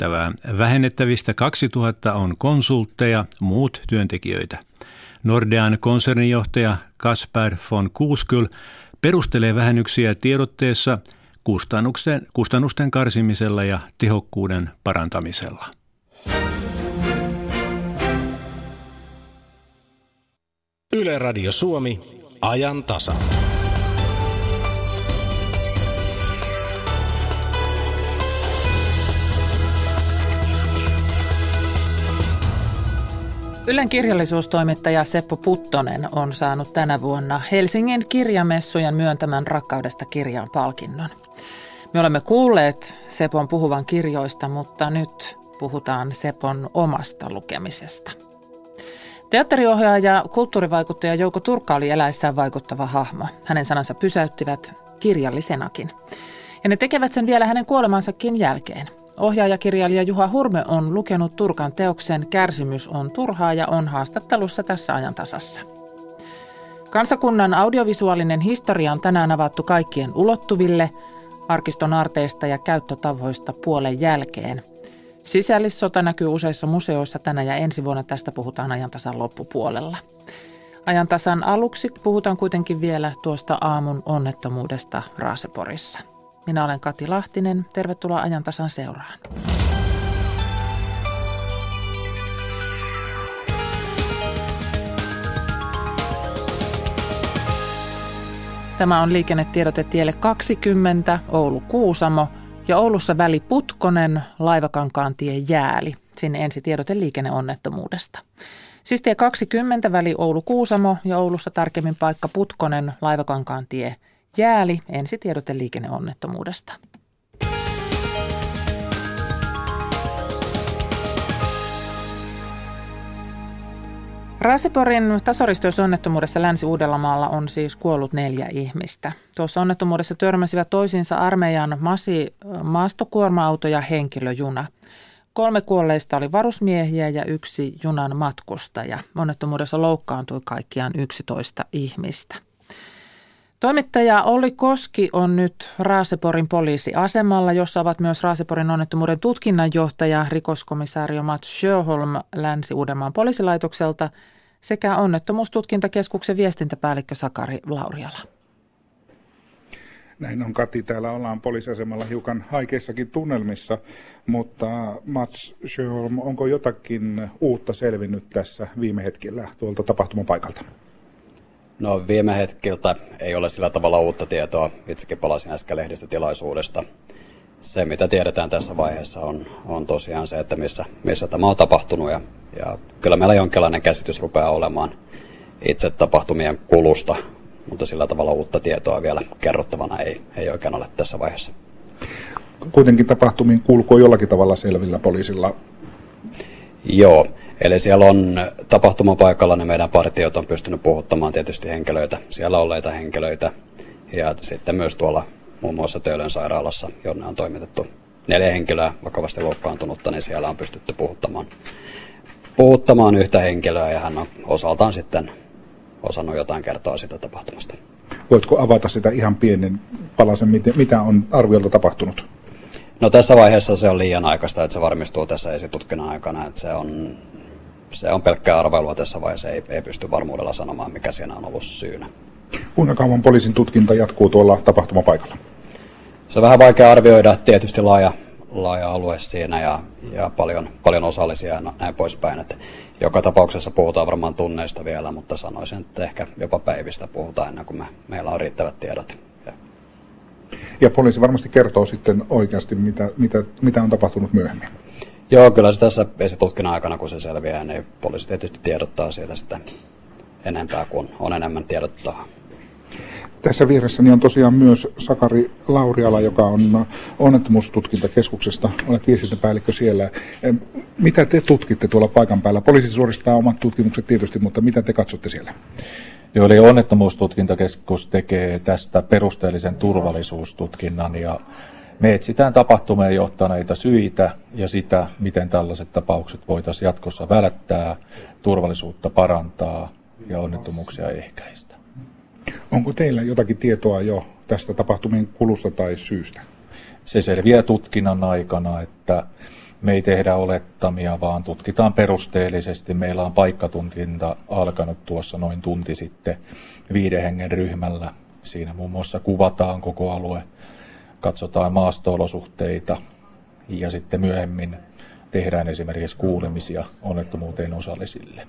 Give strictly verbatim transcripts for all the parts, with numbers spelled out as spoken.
tehtävää. Vähennettävistä kaksituhatta on konsultteja, muut työntekijöitä. Nordean konsernijohtaja Kasper von Koskull perustelee vähennyksiä tiedotteessa kustannusten, kustannusten karsimisella ja tehokkuuden parantamisella. Yle Radio Suomi, ajan tasa. Ylen kirjallisuustoimittaja Seppo Puttonen on saanut tänä vuonna Helsingin kirjamessujen myöntämän Rakkaudesta kirjaan -palkinnon. Me olemme kuulleet Sepon puhuvan kirjoista, mutta nyt puhutaan Sepon omasta lukemisesta. Teatteriohjaaja ja kulttuurivaikuttaja Jouko Turkka oli eläessään vaikuttava hahmo. Hänen sanansa pysäyttivät kirjallisenakin. Ja ne tekevät sen vielä hänen kuolemansakin jälkeen. Ohjaajakirjailija Juha Hurme on lukenut Turkan teoksen Kärsimys on turhaa ja on haastattelussa tässä ajantasassa. Kansakunnan audiovisuaalinen historia on tänään avattu kaikkien ulottuville arkiston aarteista ja käyttötavoista puolen jälkeen. Sisällissota näkyy useissa museoissa tänä ja ensi vuonna, tästä puhutaan ajantasan loppupuolella. Ajantasan aluksi puhutaan kuitenkin vielä tuosta aamun onnettomuudesta Raaseporissa. Minä olen Kati Lahtinen. Tervetuloa ajantasan seuraan. Tämä on liikennetiedote tielle kaksikymmentä, Oulu-Kuusamo ja Oulussa väli Putkonen, Laivakankaantie Jääli. Sinne ensi tiedote liikenneonnettomuudesta. Siis tie kaksikymmentä väli Oulu-Kuusamo ja Oulussa tarkemmin paikka Putkonen, Laivakankaantie Jääli, ensi tiedote liikenneonnettomuudesta. Raaseporin tasoristeysonnettomuudessa Länsi-Uudellamaalla on siis kuollut neljä ihmistä. Tuossa onnettomuudessa törmäsivät toisiinsa armeijan masi maastokuorma-auto ja henkilöjuna. Kolme kuolleista oli varusmiehiä ja yksi junan matkustaja. Onnettomuudessa loukkaantui kaikkiaan yksitoista ihmistä. Toimittaja Olli Koski on nyt Raaseporin poliisiasemalla, jossa ovat myös Raaseporin onnettomuuden tutkinnanjohtaja, rikoskomisaario Mats Sjöholm Länsi-Uudenmaan poliisilaitokselta sekä onnettomuustutkintakeskuksen viestintäpäällikkö Sakari Lauriala. Näin on, Kati. Täällä ollaan poliisiasemalla hiukan haikeissakin tunnelmissa, mutta Mats Sjöholm, onko jotakin uutta selvinnyt tässä viime hetkellä tuolta tapahtumapaikalta? No viime hetkiltä ei ole sillä tavalla uutta tietoa. Itsekin palasin äsken lehdistötilaisuudesta. Se, mitä tiedetään tässä vaiheessa, on, on tosiaan se, että missä, missä tämä on tapahtunut. Ja, ja kyllä meillä jonkinlainen käsitys rupeaa olemaan itse tapahtumien kulusta, mutta sillä tavalla uutta tietoa vielä kerrottavana ei, ei oikein ole tässä vaiheessa. Kuitenkin tapahtumien kulku on jollakin tavalla selvillä poliisilla. Joo. Eli siellä on tapahtumapaikalla, niin meidän partiot on pystynyt puhuttamaan tietysti henkilöitä, siellä olleita henkilöitä. Ja sitten myös tuolla muun muassa Töölön sairaalassa, jonne on toimitettu neljä henkilöä vakavasti loukkaantunutta, niin siellä on pystytty puhuttamaan, puhuttamaan yhtä henkilöä ja hän on osaltaan sitten osannut jotain kertoa siitä tapahtumasta. Voitko avata sitä ihan pienen palasen, mitä on arviolta tapahtunut? No tässä vaiheessa se on liian aikaista, että se varmistuu tässä esitutkinnan aikana, että se on... Se on pelkkää arvailua tässä vaiheessa, ei, ei pysty varmuudella sanomaan, mikä siinä on ollut syynä. Kuinka kauan poliisin tutkinta jatkuu tuolla tapahtumapaikalla? Se on vähän vaikea arvioida, tietysti laaja, laaja alue siinä ja, ja paljon, paljon osallisia ja näin poispäin. Että joka tapauksessa puhutaan varmaan tunneista vielä, mutta sanoisin, että ehkä jopa päivistä puhutaan ennen kuin me, meillä on riittävät tiedot. Ja, ja poliisi varmasti kertoo sitten oikeasti, mitä, mitä, mitä on tapahtunut myöhemmin. Joo, kyllä se tässä esitutkinnan aikana, kun se selviää, niin poliisi tietysti tiedottaa siitä sitä enempää, kun on enemmän tiedottaa. Tässä vieressäni on tosiaan myös Sakari Lauriala, joka on onnettomuustutkintakeskuksesta. Olet viestintäpäällikkö siellä. Mitä te tutkitte tuolla paikan päällä? Poliisi suoristaa omat tutkimukset tietysti, mutta mitä te katsotte siellä? Joo, eli onnettomuustutkintakeskus tekee tästä perusteellisen turvallisuustutkinnan ja me etsitään tapahtumeen johtaneita syitä ja sitä, miten tällaiset tapaukset voitaisiin jatkossa välttää, turvallisuutta parantaa ja onnettomuuksia ehkäistä. Onko teillä jotakin tietoa jo tästä tapahtumien kulusta tai syystä? Se selviää tutkinnan aikana, että Me ei tehdä olettamia, vaan tutkitaan perusteellisesti. Meillä on paikkatutkinta alkanut tuossa noin tunti sitten viiden hengen ryhmällä. Siinä muun muassa kuvataan koko alue, katsotaan maasto-olosuhteita ja sitten myöhemmin tehdään esimerkiksi kuulemisia onnettomuuteen osallisille.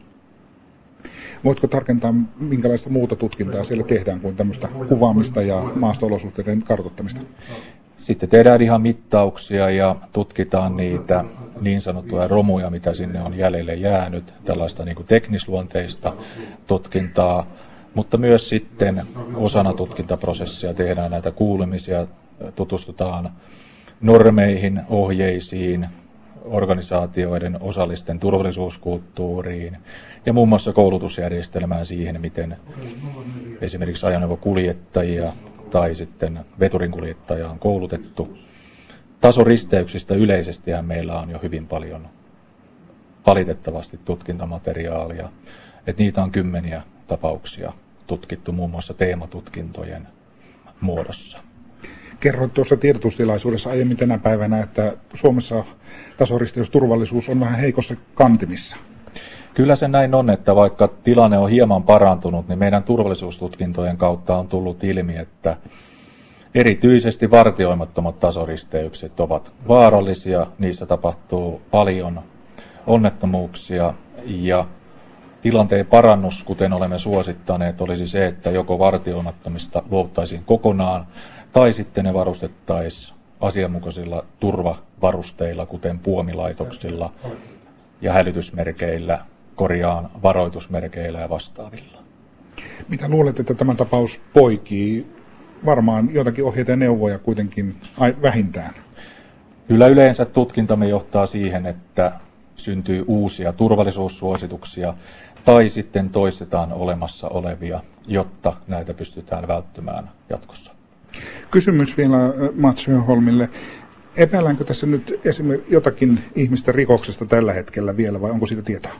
Voitko tarkentaa, minkälaista muuta tutkintaa siellä tehdään kuin tämmöistä kuvaamista ja maasto-olosuhteiden kartoittamista? Sitten tehdään ihan mittauksia ja tutkitaan niitä niin sanottuja romuja, mitä sinne on jäljelle jäänyt, tällaista niin kuin teknisluonteista tutkintaa, mutta myös sitten osana tutkintaprosessia tehdään näitä kuulemisia, tutustutaan normeihin, ohjeisiin, organisaatioiden osallisten turvallisuuskulttuuriin ja muun muassa koulutusjärjestelmään siihen, miten esimerkiksi ajoneuvokuljettajia tai sitten veturinkuljettajia on koulutettu. Tasoristeyksistä yleisestihän meillä on jo hyvin paljon valitettavasti tutkintamateriaalia, että niitä on kymmeniä tapauksia tutkittu muun muassa teematutkintojen muodossa. Kerroit tuossa tiedotustilaisuudessa aiemmin tänä päivänä, että Suomessa tasoristeysturvallisuus on vähän heikossa kantimissa. Kyllä se näin on, että vaikka tilanne on hieman parantunut, niin meidän turvallisuustutkintojen kautta on tullut ilmi, että erityisesti vartioimattomat tasoristeykset ovat vaarallisia. Niissä tapahtuu paljon onnettomuuksia ja tilanteen parannus, kuten olemme suosittaneet, olisi se, että joko vartioimattomista luovuttaisiin kokonaan tai sitten ne varustettaisiin asianmukaisilla turvavarusteilla, kuten puomilaitoksilla ja hälytysmerkeillä, korjaan varoitusmerkeillä ja vastaavilla. Mitä luulet, että tämä tapaus poikii? Varmaan jotakin ohjeita ja neuvoja kuitenkin vähintään. Kyllä yleensä tutkintamme johtaa siihen, että syntyy uusia turvallisuussuosituksia tai sitten toistetaan olemassa olevia, jotta näitä pystytään välttymään jatkossa. Kysymys vielä Mats Sjöholmille. Epäilläänkö tässä nyt esimerkiksi jotakin ihmisten rikoksesta tällä hetkellä vielä vai onko siitä tietoa?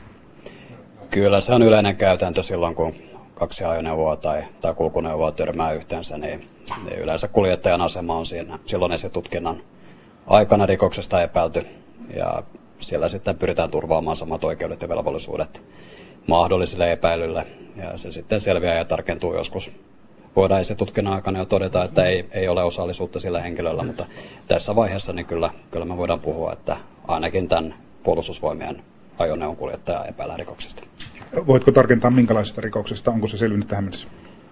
Kyllä se on yleinen käytäntö silloin, kun kaksi ajoneuvoa tai, tai kulkuneuvoa törmää yhteensä, niin, niin yleensä kuljettajan asema on siinä silloin esitutkinnan aikana rikoksesta epäilty. Ja siellä sitten pyritään turvaamaan samat oikeudet ja velvollisuudet mahdollisille epäilylle. Ja se sitten selviää ja tarkentuu joskus. Voidaan esitutkinnan aikana jo todeta, että ei, ei ole osallisuutta sillä henkilöllä, mutta tässä vaiheessa niin kyllä, kyllä me voidaan puhua, että ainakin tämän puolustusvoimien ajoneuvon kuljettaja epäillään rikoksesta. Voitko tarkentaa minkälaisesta rikoksesta? Onko se selvinnyt tähän mennessä?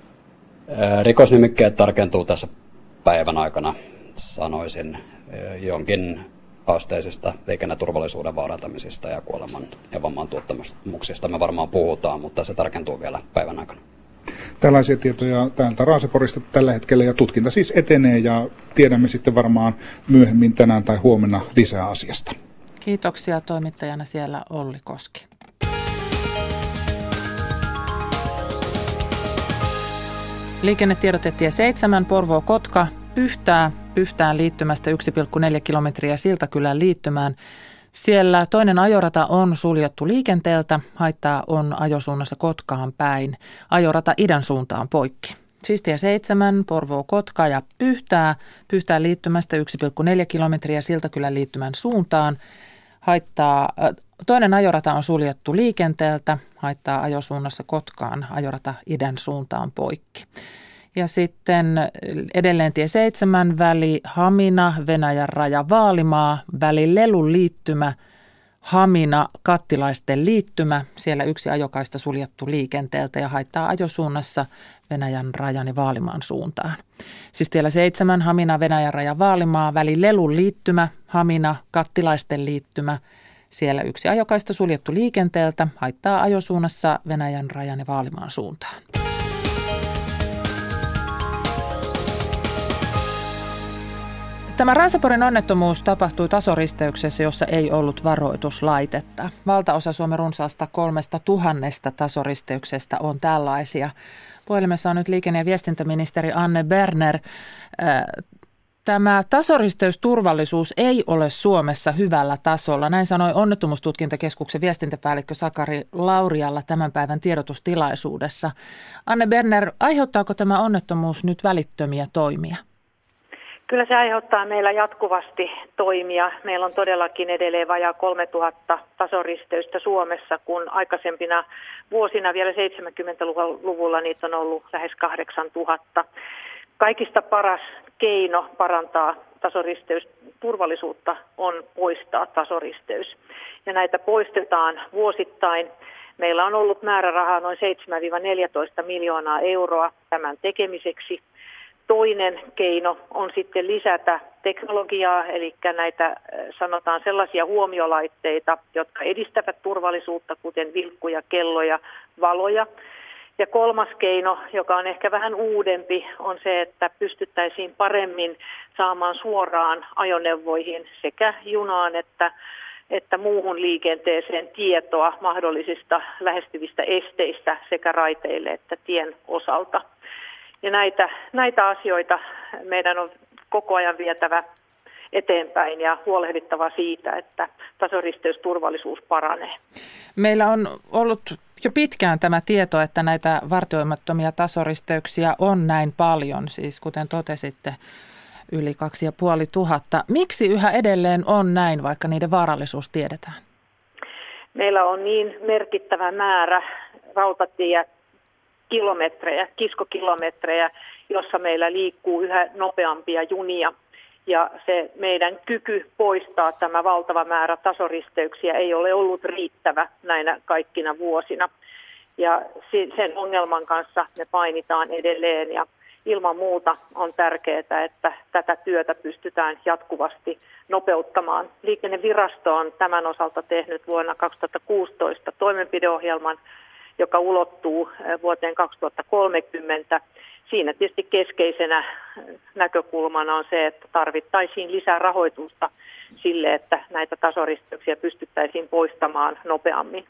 Rikosnimikkeet tarkentuu tässä päivän aikana, sanoisin, jonkin asteisista liikenneturvallisuuden vaarantamisista ja kuoleman ja vamman tuottamuksista me varmaan puhutaan, mutta se tarkentuu vielä päivän aikana. Tällaisia tietoja täältä Raaseporista tällä hetkellä ja tutkinta siis etenee ja tiedämme sitten varmaan myöhemmin tänään tai huomenna lisää asiasta. Kiitoksia toimittajana siellä Olli Koski. Liikennetiedotetie seitsemän Porvoo-Kotka Pyhtää, Pyhtään liittymästä yksi pilkku neljä kilometriä Siltakylän liittymään. Siellä toinen ajorata on suljettu liikenteeltä, haittaa on ajosuunnassa Kotkaan päin. Ajorata idän suuntaan poikki. Siis tie seitsemän, Porvoo-Kotka ja Pyhtää, Pyhtään liittymästä yksi pilkku neljä kilometriä Siltakylän liittymän suuntaan. Haittaa, toinen ajorata on suljettu liikenteeltä, haittaa ajosuunnassa Kotkaan, ajorata idän suuntaan poikki. Ja sitten edelleen tie seitsemän väli Hamina, Venäjän raja Vaalimaa, väli Lelun liittymä, Hamina, Kattilaisten liittymä. Siellä yksi ajokaista suljettu liikenteeltä ja haittaa ajosuunnassa Venäjän rajan ja Vaalimaan suuntaan. Siis tiellä seitsemän Hamina, Venäjän raja Vaalimaa, väli Lelun liittymä, Hamina, Kattilaisten liittymä. Siellä yksi ajokaista suljettu liikenteeltä haittaa ajosuunnassa Venäjän rajan ja Vaalimaan suuntaan. Tämä Raaseporin onnettomuus tapahtui tasoristeyksessä, jossa ei ollut varoituslaitetta. Valtaosa Suomen runsaasta kolmesta tuhannesta tasoristeyksestä on tällaisia. Puhelimessa on nyt liikenne- ja viestintäministeri Anne Berner. Tämä tasoristeysturvallisuus ei ole Suomessa hyvällä tasolla. Näin sanoi Onnettomuustutkintakeskuksen viestintäpäällikkö Sakari Lauriala tämän päivän tiedotustilaisuudessa. Anne Berner, aiheuttaako tämä onnettomuus nyt välittömiä toimia? Kyllä se aiheuttaa meillä jatkuvasti toimia. Meillä on todellakin edelleen vajaa kolmetuhatta tasoristeystä Suomessa, kun aikaisempina vuosina vielä seitsemänkymmentäluvulla niitä on ollut lähes kahdeksantuhatta. Kaikista paras keino parantaa tasoristeysturvallisuutta on poistaa tasoristeys. Ja näitä poistetaan vuosittain. Meillä on ollut määrärahaa noin seitsemän neljätoista miljoonaa euroa tämän tekemiseksi. Toinen keino on sitten lisätä teknologiaa, eli näitä sanotaan sellaisia huomiolaitteita, jotka edistävät turvallisuutta, kuten vilkkuja, kelloja, valoja. Ja kolmas keino, joka on ehkä vähän uudempi, on se, että pystyttäisiin paremmin saamaan suoraan ajoneuvoihin sekä junaan että, että muuhun liikenteeseen tietoa mahdollisista lähestyvistä esteistä sekä raiteille että tien osalta. Ja näitä, näitä asioita meidän on koko ajan vietävä eteenpäin ja huolehdittava siitä, että tasoristeysturvallisuus paranee. Meillä on ollut jo pitkään tämä tieto, että näitä vartioimattomia tasoristeyksiä on näin paljon, siis kuten totesitte, yli kaksi ja puoli tuhatta. Miksi yhä edelleen on näin, vaikka niiden vaarallisuus tiedetään? Meillä on niin merkittävä määrä rautatie kilometrejä, kiskokilometrejä, jossa meillä liikkuu yhä nopeampia junia. Ja se meidän kyky poistaa tämä valtava määrä tasoristeyksiä ei ole ollut riittävä näinä kaikkina vuosina. Ja sen ongelman kanssa me painitaan edelleen ja ilman muuta on tärkeää, että tätä työtä pystytään jatkuvasti nopeuttamaan. Liikennevirasto on tämän osalta tehnyt vuonna kaksituhattakuusitoista toimenpideohjelman, joka ulottuu vuoteen kaksituhattakolmekymmentä. Siinä tietysti keskeisenä näkökulmana on se, että tarvittaisiin lisää rahoitusta sille, että näitä tasoristeyksiä pystyttäisiin poistamaan nopeammin.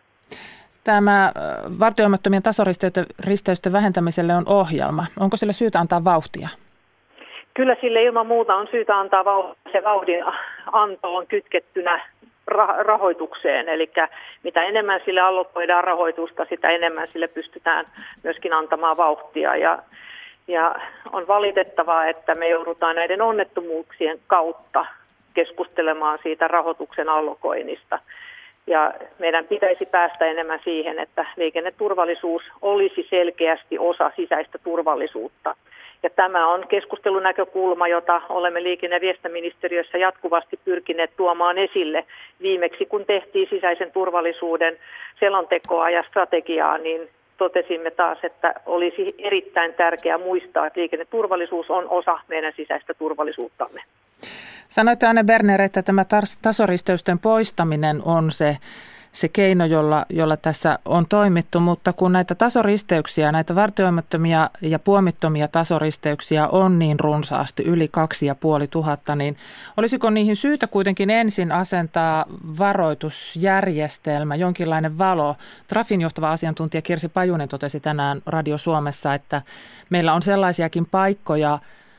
Tämä vartioimattomien tasoristeysten vähentämiselle on ohjelma. Onko sille syytä antaa vauhtia? Kyllä sille ilman muuta on syytä antaa vauhtia. Se vauhdin anto on kytkettynä rahoitukseen, eli mitä enemmän sille allokoidaan rahoitusta, sitä enemmän sille pystytään myöskin antamaan vauhtia. Ja, ja on valitettavaa, että me joudutaan näiden onnettomuuksien kautta keskustelemaan siitä rahoituksen allokoinnista. Ja meidän pitäisi päästä enemmän siihen, että liikenneturvallisuus olisi selkeästi osa sisäistä turvallisuutta. Ja tämä on keskustelunäkökulma, jota olemme liikenne- ja viestintäministeriössä jatkuvasti pyrkineet tuomaan esille. Viimeksi kun tehtiin sisäisen turvallisuuden selontekoa ja strategiaa, niin totesimme taas, että olisi erittäin tärkeää muistaa, että liikenneturvallisuus on osa meidän sisäistä turvallisuuttamme. Sanoitte, Anne Berner, että tämä tasoristeysten poistaminen on se, se keino, jolla, jolla tässä on toimittu, mutta kun näitä tasoristeyksiä, näitä vartioimattomia ja puomittomia tasoristeyksiä on niin runsaasti, yli kaksi ja puoli tuhatta, niin olisiko niihin syytä kuitenkin ensin asentaa varoitusjärjestelmä, jonkinlainen valo? Trafin johtava asiantuntija Kirsi Pajunen totesi tänään Radio Suomessa, että meillä on sellaisiakin paikkoja,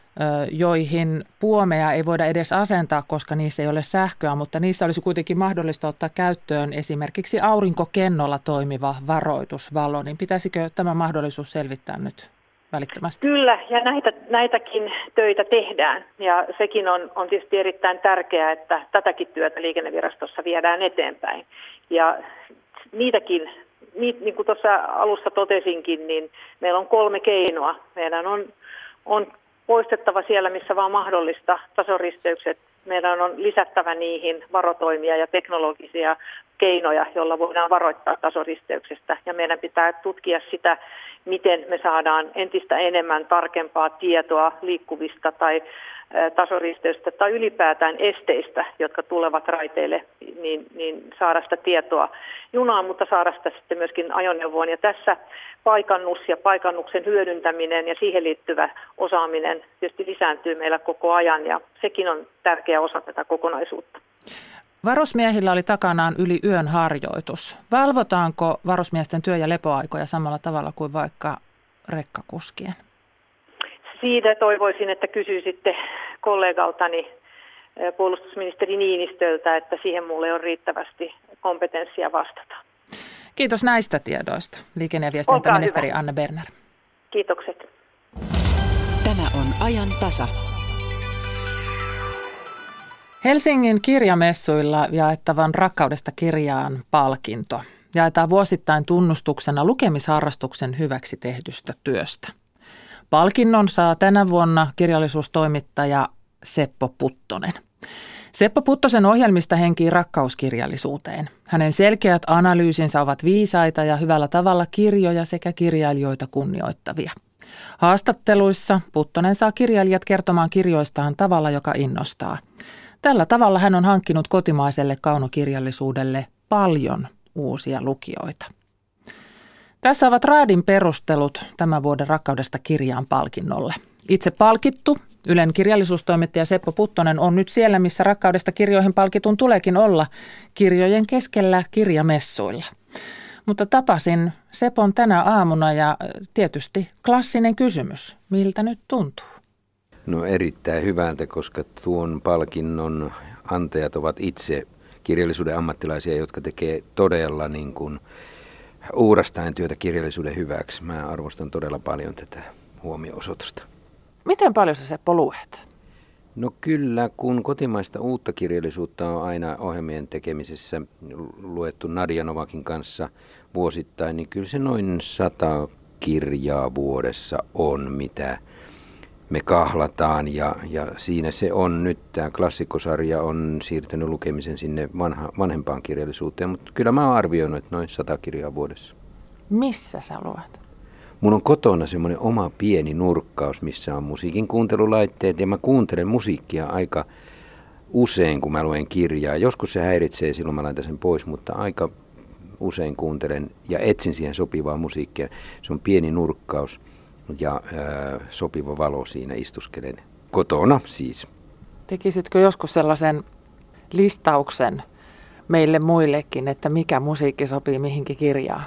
joihin puomeja ei voida edes asentaa, koska niissä ei ole sähköä, mutta niissä olisi kuitenkin mahdollista ottaa käyttöön esimerkiksi aurinkokennolla toimiva varoitusvalo. Niin pitäisikö tämä mahdollisuus selvittää nyt välittömästi? Kyllä, ja näitä, näitäkin töitä tehdään. Ja sekin on, on tietysti erittäin tärkeää, että tätäkin työtä liikennevirastossa viedään eteenpäin. Ja niitäkin, niin kuin tuossa alussa totesinkin, niin meillä on kolme keinoa. Meidän on, on poistettava siellä, missä vaan mahdollista tasoristeykset. Meidän on lisättävä niihin varotoimia ja teknologisia keinoja, joilla voidaan varoittaa tasoristeyksestä. Ja meidän pitää tutkia sitä, miten me saadaan entistä enemmän tarkempaa tietoa liikkuvista tai tasoristeystä tai ylipäätään esteistä, jotka tulevat raiteille, niin, niin saada sitä tietoa junaan, mutta saada sitä sitten myöskin ajoneuvoon. Ja tässä paikannus ja paikannuksen hyödyntäminen ja siihen liittyvä osaaminen tietysti lisääntyy meillä koko ajan ja sekin on tärkeä osa tätä kokonaisuutta. Varusmiehillä oli takanaan yli yön harjoitus. Valvotaanko varusmiesten työ- ja lepoaikoja samalla tavalla kuin vaikka rekkakuskien? Siitä toivoisin, että kysyisitte kollegaltani puolustusministeri Niinistöltä, että siihen mulle ei ole riittävästi kompetenssia vastata. Kiitos näistä tiedoista, liikenne- ja viestintäministeri Anne Berner. Kiitokset. Tämä on ajan tasa. Helsingin kirjamessuilla jaettavan Rakkaudesta kirjaan -palkinto jaetaan vuosittain tunnustuksena lukemisharrastuksen hyväksi tehdystä työstä. Palkinnon saa tänä vuonna kirjallisuustoimittaja Seppo Puttonen. Seppo Puttosen ohjelmista henkii rakkauskirjallisuuteen. Hänen selkeät analyysinsä ovat viisaita ja hyvällä tavalla kirjoja sekä kirjailijoita kunnioittavia. Haastatteluissa Puttonen saa kirjailijat kertomaan kirjoistaan tavalla, joka innostaa. Tällä tavalla hän on hankkinut kotimaiselle kaunokirjallisuudelle paljon uusia lukijoita. Tässä ovat raadin perustelut tämän vuoden Rakkaudesta kirjaan -palkinnolle. Itse palkittu Ylen kirjallisuustoimittaja Seppo Puttonen on nyt siellä, missä Rakkaudesta kirjoihin -palkitun tuleekin olla, kirjojen keskellä kirjamessuilla. Mutta tapasin Sepon tänä aamuna ja tietysti klassinen kysymys, miltä nyt tuntuu? No erittäin hyvältä, koska tuon palkinnon antajat ovat itse kirjallisuuden ammattilaisia, jotka tekee todella niin kuin uurastaen työtä kirjallisuuden hyväksi. Mä arvostan todella paljon tätä huomio-osoitusta. Miten paljon sä, Seppo, luet? No kyllä, kun kotimaista uutta kirjallisuutta on aina ohjelmien tekemisessä luettu Nadia Novakin kanssa vuosittain, niin kyllä se noin sata kirjaa vuodessa on, mitä me kahlataan. Ja, ja siinä se on nyt, tämä klassikkosarja on siirtynyt lukemisen sinne vanha, vanhempaan kirjallisuuteen, mutta kyllä mä oon arvioinut, että noin sata kirjaa vuodessa. Missä sä luet? Mun on kotona semmoinen oma pieni nurkkaus, missä on musiikin kuuntelulaitteet ja mä kuuntelen musiikkia aika usein, kun mä luen kirjaa. Joskus se häiritsee, silloin mä laitan sen pois, mutta aika usein kuuntelen ja etsin siihen sopivaa musiikkia. Se on pieni nurkkaus ja ää, sopiva valo siinä, istuskelen kotona siis. Tekisitkö joskus sellaisen listauksen meille muillekin, että mikä musiikki sopii mihinkin kirjaan?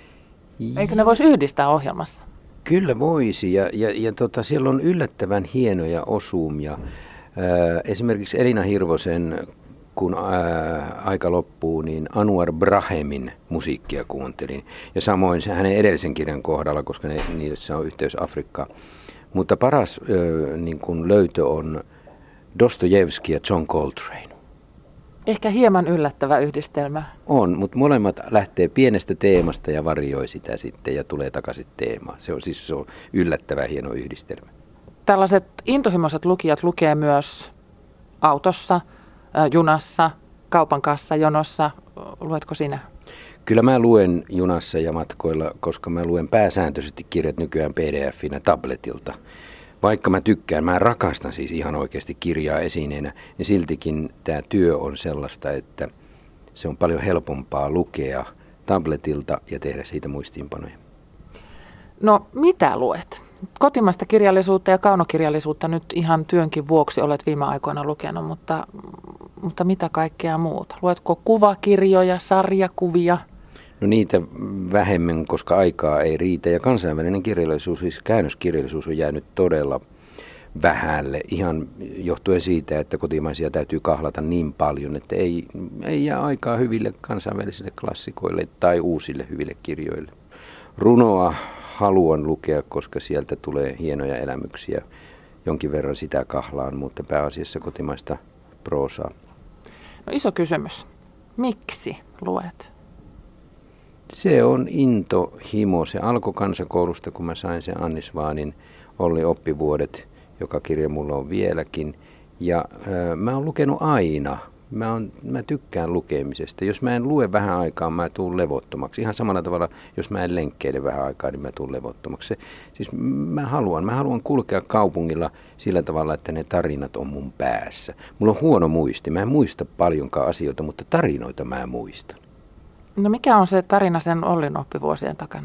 Eikö ne voisi yhdistää ohjelmassa? Kyllä voisi, ja, ja, ja tota, siellä on yllättävän hienoja osumia. Ää, esimerkiksi Elina Hirvosen, kun ää, aika loppuu, niin Anwar Brahemin musiikkia kuuntelin. Ja samoin se hänen edellisen kirjan kohdalla, koska ne, niissä on yhteys Afrikkaan. Mutta paras ää, niin kun löytö on Dostojevski ja John Coltrane. Ehkä hieman yllättävä yhdistelmä. On, mutta molemmat lähtee pienestä teemasta ja varioi sitä sitten ja tulee takaisin teemaan. Se on siis se on yllättävän hieno yhdistelmä. Tällaiset intohimoiset lukijat lukee myös autossa, junassa, kaupan kassajonossa. Luetko sinä? Kyllä mä luen junassa ja matkoilla, koska mä luen pääsääntöisesti kirjat nykyään P D F-inä tabletilta. Vaikka mä tykkään, mä rakastan siis ihan oikeasti kirjaa esineenä, niin siltikin tämä työ on sellaista, että se on paljon helpompaa lukea tabletilta ja tehdä siitä muistiinpanoja. No mitä luet? Kotimaista kirjallisuutta ja kaunokirjallisuutta nyt ihan työnkin vuoksi olet viime aikoina lukenut, mutta, mutta mitä kaikkea muuta? Luetko kuvakirjoja, sarjakuvia? No niitä vähemmän, koska aikaa ei riitä. Ja kansainvälinen kirjallisuus, siis käännöskirjallisuus on jäänyt todella vähälle. Ihan johtuen siitä, että kotimaisia täytyy kahlata niin paljon, että ei, ei jää aikaa hyville kansainvälisille klassikoille tai uusille hyville kirjoille. Runoa haluan lukea, koska sieltä tulee hienoja elämyksiä. Jonkin verran sitä kahlaan, mutta pääasiassa kotimaista proosaa. No iso kysymys. Miksi luet? Se on intohimo. Se alkoi kansakoulusta, kun mä sain sen Anni Svanin Olli oppivuodet, joka kirja mulla on vieläkin. Ja äh, mä oon lukenut aina. Mä, on, mä tykkään lukemisesta. Jos mä en lue vähän aikaa, mä tuun levottomaksi. Ihan samalla tavalla, jos mä en lenkkeile vähän aikaa, niin mä tuun levottomaksi. Se, siis mä haluan, mä haluan kulkea kaupungilla sillä tavalla, että ne tarinat on mun päässä. Mulla on huono muisti. Mä en muista paljonkaan asioita, mutta tarinoita mä muistan. No mikä on se tarina sen Ollin oppivuosien takana?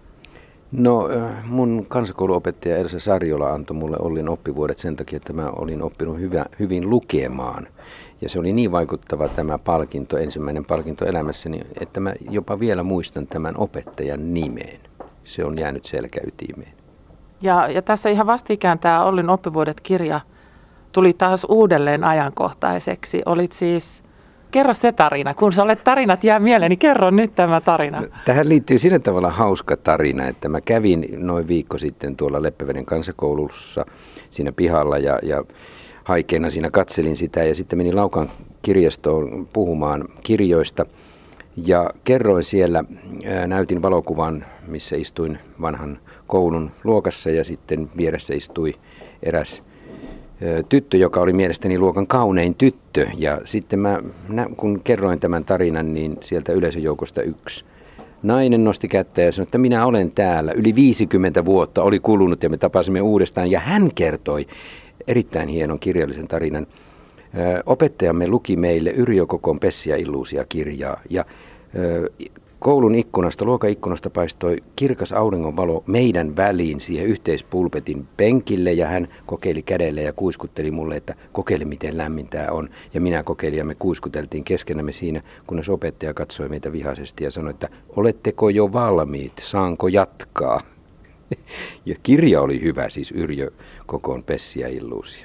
No mun kansakouluopettaja Elsa Sarjola antoi mulle Ollin oppivuodet sen takia, että mä olin oppinut hyvä, hyvin lukemaan. Ja se oli niin vaikuttava tämä palkinto, ensimmäinen palkinto elämässäni, että mä jopa vielä muistan tämän opettajan nimeen. Se on jäänyt selkäytimeen. Ja, ja tässä ihan vastikään tämä Ollin oppivuodet-kirja tuli taas uudelleen ajankohtaiseksi. Olit siis... Kerro se tarina. Kun sä olet tarinat jää mieleen, niin kerro nyt tämä tarina. Tähän liittyy sillä tavalla hauska tarina, että mä kävin noin viikko sitten tuolla Leppäveden kansakoulussa siinä pihalla ja, ja haikeena siinä katselin sitä ja sitten menin Laukaan kirjastoon puhumaan kirjoista ja kerroin siellä, ää, näytin valokuvan, missä istuin vanhan koulun luokassa ja sitten vieressä istui eräs ää, tyttö, joka oli mielestäni luokan kaunein tyttö ja sitten mä, kun kerroin tämän tarinan, niin sieltä yleisöjoukosta yksi nainen nosti kättä ja sanoi, että minä olen täällä. Yli viisikymmentä vuotta oli kulunut ja me tapasimme uudestaan ja hän kertoi erittäin hienon kirjallisen tarinan. Opettajamme luki meille Yrjö Kokon Pessia Illuusia-kirjaa ja koulun ikkunasta, luokan ikkunasta paistoi kirkas auringonvalo meidän väliin siihen yhteispulpetin penkille ja hän kokeili kädellä ja kuiskutteli mulle, että kokeile miten lämmin tämä on. Ja minä kokeilin ja me kuiskuteltiin keskenämme siinä, kunnes opettaja katsoi meitä vihaisesti ja sanoi, että oletteko jo valmiit, saanko jatkaa? Ja kirja oli hyvä, siis Yrjö Kokon Pessia Illuusia.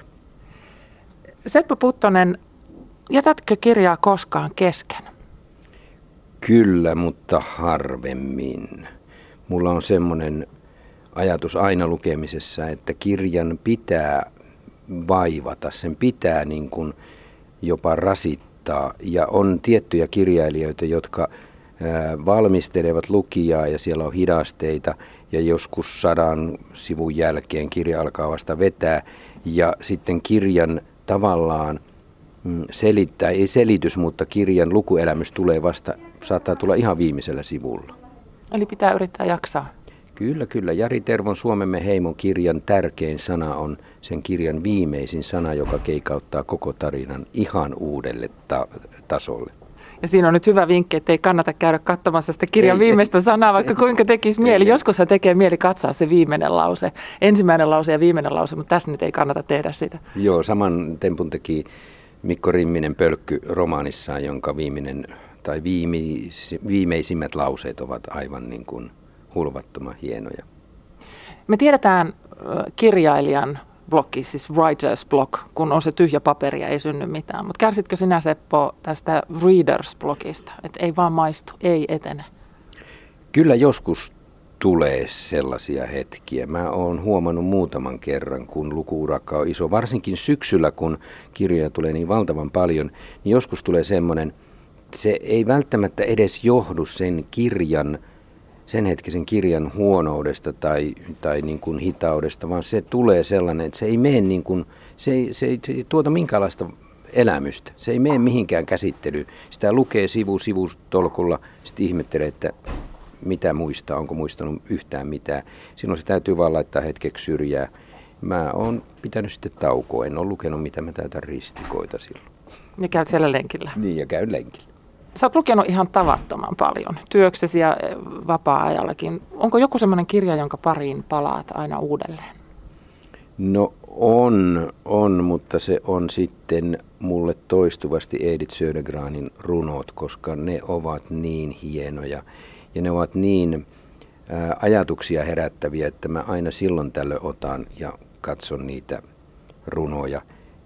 Seppo Puttonen, jätätkö kirjaa koskaan kesken? Kyllä, mutta harvemmin. Mulla on semmoinen ajatus aina lukemisessa, että kirjan pitää vaivata, sen pitää niin kuin jopa rasittaa. Ja on tiettyjä kirjailijoita, jotka valmistelevat lukijaa ja siellä on hidasteita ja joskus sadan sivun jälkeen kirja alkaa vasta vetää ja sitten kirjan tavallaan selittää, ei selitys, mutta kirjan lukuelämys tulee vasta, saattaa tulla ihan viimeisellä sivulla. Eli pitää yrittää jaksaa. Kyllä, kyllä. Jari Tervon Suomemme heimon kirjan tärkein sana on sen kirjan viimeisin sana, joka keikauttaa koko tarinan ihan uudelle ta- tasolle. Ja siinä on nyt hyvä vinkki, että ei kannata käydä katsomassa sitä kirjan ei, viimeistä sanaa, vaikka kuinka tekisi mieli. Joskus se tekee mieli katsoa se viimeinen lause, ensimmäinen lause ja viimeinen lause, mutta tässä nyt ei kannata tehdä sitä. Joo, saman tempun teki Mikko Rimminen Pölkky romaanissaan, jonka viimeinen tai viimeis, viimeisimmät lauseet ovat aivan niin kuin hulvattoman hienoja. Me tiedetään kirjailijan blokki, siis writer's block, kun on se tyhjä paperi ja ei synny mitään. Mutta kärsitkö sinä, Seppo, tästä reader's blockista, että ei vaan maistu, ei etene? Kyllä joskus tulee sellaisia hetkiä. Mä oon huomannut muutaman kerran, kun luku-urakka on iso, varsinkin syksyllä, kun kirjoja tulee niin valtavan paljon, niin joskus tulee semmoinen, se ei välttämättä edes johdu sen kirjan, sen hetkisen kirjan huonoudesta tai, tai niin kuin hitaudesta, vaan se tulee sellainen, että se ei mene niin kuin, se ei, se ei tuota minkäänlaista elämystä. Se ei mene mihinkään käsittelyyn. Sitä lukee sivu sivutolkulla, sitten ihmettelee, että mitä muistaa, onko muistanut yhtään mitään. Silloin se täytyy vaan laittaa hetkeksi syrjää. Mä oon pitänyt sitten taukoa, en ole lukenut mitä mä täytän ristikoita silloin. Ja käyt siellä lenkillä. Niin, ja käyn lenkillä. Sä oot lukenut ihan tavattoman paljon, työksesi ja vapaa-ajallakin. Onko joku semmoinen kirja, jonka pariin palaat aina uudelleen? No on, on, mutta se on sitten mulle toistuvasti Edith Södergranin runot, koska ne ovat niin hienoja ja ne ovat niin ää, ajatuksia herättäviä, että mä aina silloin tällöin otan ja katson niitä runoja.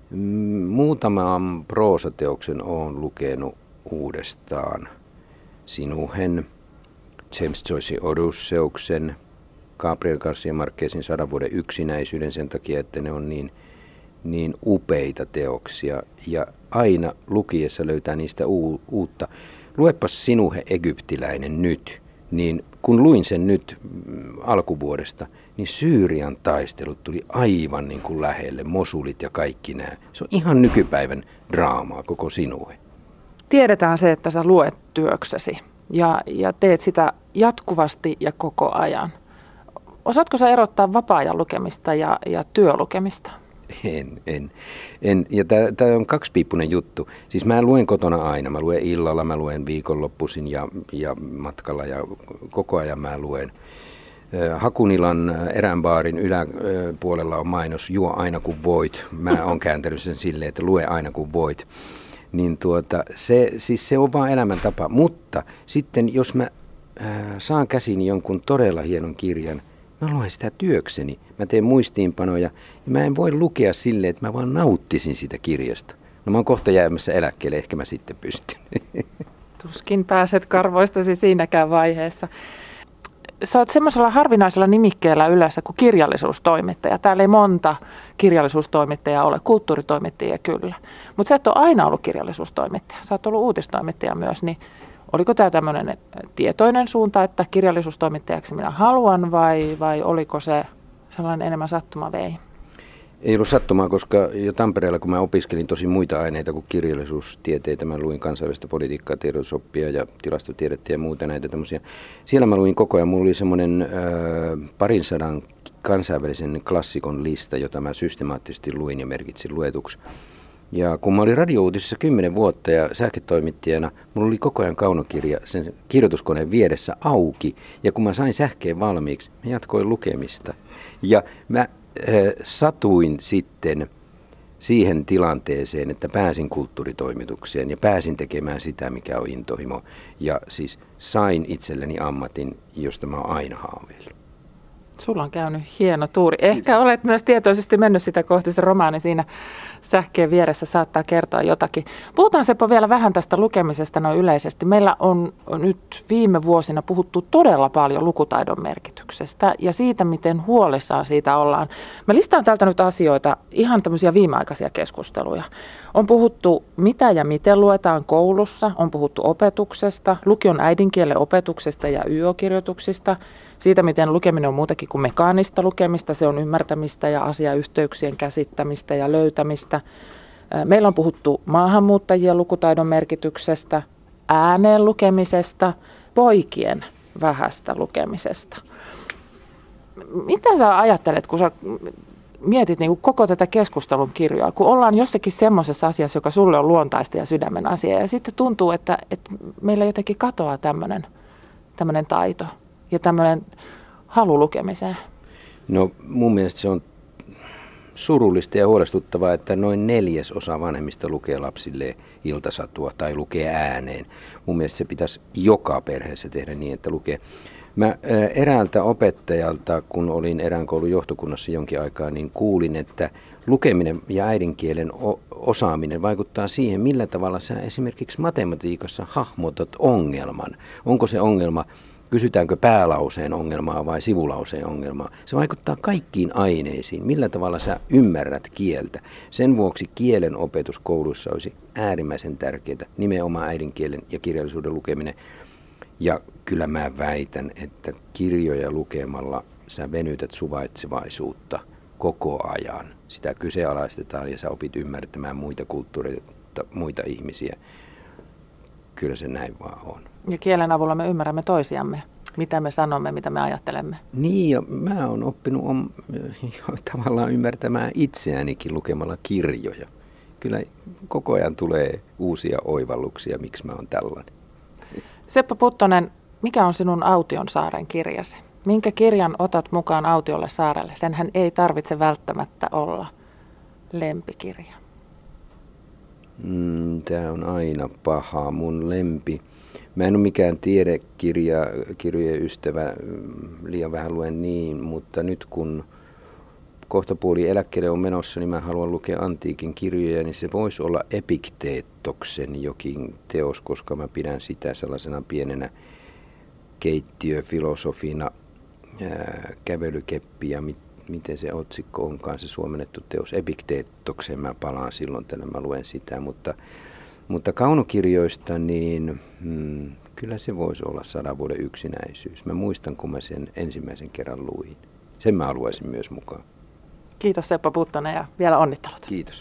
Muutaman proosateoksen olen lukenut uudestaan. Sinuhen, James Joycein Odysseuksen, Gabriel Garcia Marquezin Sadan vuoden yksinäisyyden sen takia, että ne on niin, niin upeita teoksia. Ja aina lukiessa löytää niistä u- uutta. Luepas Sinuhe egyptiläinen nyt. Niin kun luin sen nyt alkuvuodesta, niin Syyrian taistelut tuli aivan niin kuin lähelle, Mosulit ja kaikki nämä. Se on ihan nykypäivän draamaa, koko Sinuhe. Tiedetään se, että sä luet työksesi ja, ja teet sitä jatkuvasti ja koko ajan. Osaatko sä erottaa vapaa-ajan lukemista ja, ja työlukemista? En, en. en. Ja tämä on kaksipiippunen juttu. Siis mä luen kotona aina. Mä luen illalla, mä luen viikonloppuisin ja, ja matkalla ja koko ajan mä luen. Hakunilan erään baarin yläpuolella on mainos, juo aina kun voit. Mä oon kääntänyt sen silleen, että lue aina kun voit. Niin tuota, se, siis se on vaan elämäntapa. Mutta sitten jos mä ää, saan käsiini jonkun todella hienon kirjan, mä luen sitä työkseni. Mä teen muistiinpanoja ja mä en voi lukea silleen, että mä vaan nauttisin sitä kirjasta. No mä oon kohta jäämässä eläkkeelle, ehkä mä sitten pystyn. Tuskin pääset karvoistasi siinäkään vaiheessa. sä oot semmoisella harvinaisella nimikkeellä yleensä kuin kirjallisuustoimittaja. Täällä ei monta kirjallisuustoimittajaa ole, kulttuuritoimittajia kyllä. Mutta sä et ole aina ollut kirjallisuustoimittaja, sä oot ollut uutistoimittaja myös. Niin oliko tämä tämmöinen tietoinen suunta, että kirjallisuustoimittajaksi minä haluan vai, vai oliko se sellainen enemmän sattuma vei? Ei ollut sattumaa, koska jo Tampereella, kun mä opiskelin tosi muita aineita kuin kirjallisuustieteitä, mä luin kansainvälistä politiikkaa, tiedotusoppia ja tilastotiedettä ja muuta näitä tämmöisiä. Siellä mä luin koko ajan, mulla oli semmoinen äh, parin sadan kansainvälisen klassikon lista, jota mä systemaattisesti luin ja merkitsin luetuksi. Ja kun mä olin radiouutisissa kymmenen vuotta ja sähketoimittajana, mulla oli koko ajan kaunokirja sen kirjoituskoneen vieressä auki. Ja kun mä sain sähkeen valmiiksi, mä jatkoin lukemista. Ja mä äh, satuin sitten siihen tilanteeseen, että pääsin kulttuuritoimitukseen ja pääsin tekemään sitä, mikä on intohimo. Ja siis sain itselleni ammatin, josta mä oon aina haaveillut. Sulla on käynyt hieno tuuri. Ehkä olet myös tietoisesti mennyt sitä kohti, se romaani siinä sähkeen vieressä saattaa kertoa jotakin. Puhutaan Seppo vielä vähän tästä lukemisesta noin yleisesti. Meillä on nyt viime vuosina puhuttu todella paljon lukutaidon merkityksestä ja siitä, miten huolissaan siitä ollaan. Mä listaan täältä nyt asioita, ihan tämmöisiä viimeaikaisia keskusteluja. On puhuttu mitä ja miten luetaan koulussa, on puhuttu opetuksesta, lukion äidinkielen opetuksesta ja Y O-kirjoituksista, siitä, miten lukeminen on muutakin kuin mekaanista lukemista, se on ymmärtämistä ja asiayhteyksien käsittämistä ja löytämistä. Meillä on puhuttu maahanmuuttajien lukutaidon merkityksestä, ääneen lukemisesta, poikien vähästä lukemisesta. Mitä sä ajattelet, kun sä mietit niin kuin koko tätä keskustelun kirjoa, kun ollaan jossakin semmoisessa asiassa, joka sulle on luontaista ja sydämen asia, ja sitten tuntuu, että, että meillä jotenkin katoaa tämmöinen, tämmöinen taito ja tämmöinen halu lukemiseen? No mun mielestä se on surullista ja huolestuttavaa, että noin neljäsosa vanhemmista lukee lapsille iltasatua tai lukee ääneen. Mun mielestä se pitäisi joka perheessä tehdä niin, että lukee. Mä eräältä opettajalta, kun olin erään koulun johtokunnassa jonkin aikaa, niin kuulin, että lukeminen ja äidinkielen osaaminen vaikuttaa siihen, millä tavalla sä esimerkiksi matematiikassa hahmotat ongelman. Onko se ongelma, kysytäänkö päälauseen ongelmaa vai sivulauseen ongelmaa? Se vaikuttaa kaikkiin aineisiin, millä tavalla sä ymmärrät kieltä. Sen vuoksi kielen opetus kouluissa olisi äärimmäisen tärkeää, nimenomaan äidinkielen ja kirjallisuuden lukeminen. Ja kyllä mä väitän, että kirjoja lukemalla sä venytät suvaitsevaisuutta koko ajan. Sitä kyseenalaistetaan ja sä opit ymmärtämään muita kulttuureita, muita ihmisiä. Kyllä se näin vaan on. Ja kielen avulla me ymmärrämme toisiamme, mitä me sanomme, mitä me ajattelemme. Niin, ja mä oon oppinut on, tavallaan ymmärtämään itseäänikin lukemalla kirjoja. Kyllä koko ajan tulee uusia oivalluksia, miksi mä oon tällainen. Seppo Puttonen, mikä on sinun Autionsaaren kirjasi? Minkä kirjan otat mukaan Autiolle saarelle? Senhän ei tarvitse välttämättä olla lempikirja. Mm, Tämä on aina paha. Mun lempi. Mä en ole mikään tiedekirja, kirjojen ystävä, liian vähän luen niin, mutta nyt kun kohtapuoli eläkkeelle on menossa, niin mä haluan lukea antiikin kirjoja, niin se voisi olla Epikteettoksen jokin teos, koska mä pidän sitä sellaisena pienenä keittiöfilosofina, ää, kävelykeppi ja mit, miten se otsikko onkaan, se suomennettu teos. Epikteettoksen mä palaan silloin, tänne mä luen sitä, mutta, mutta kaunokirjoista, niin hmm, kyllä se voisi olla sadan vuoden yksinäisyys. Mä muistan, kun mä sen ensimmäisen kerran luin. Sen mä haluaisin myös mukaan. Kiitos Seppo Puttonen ja vielä onnittelut. Kiitos.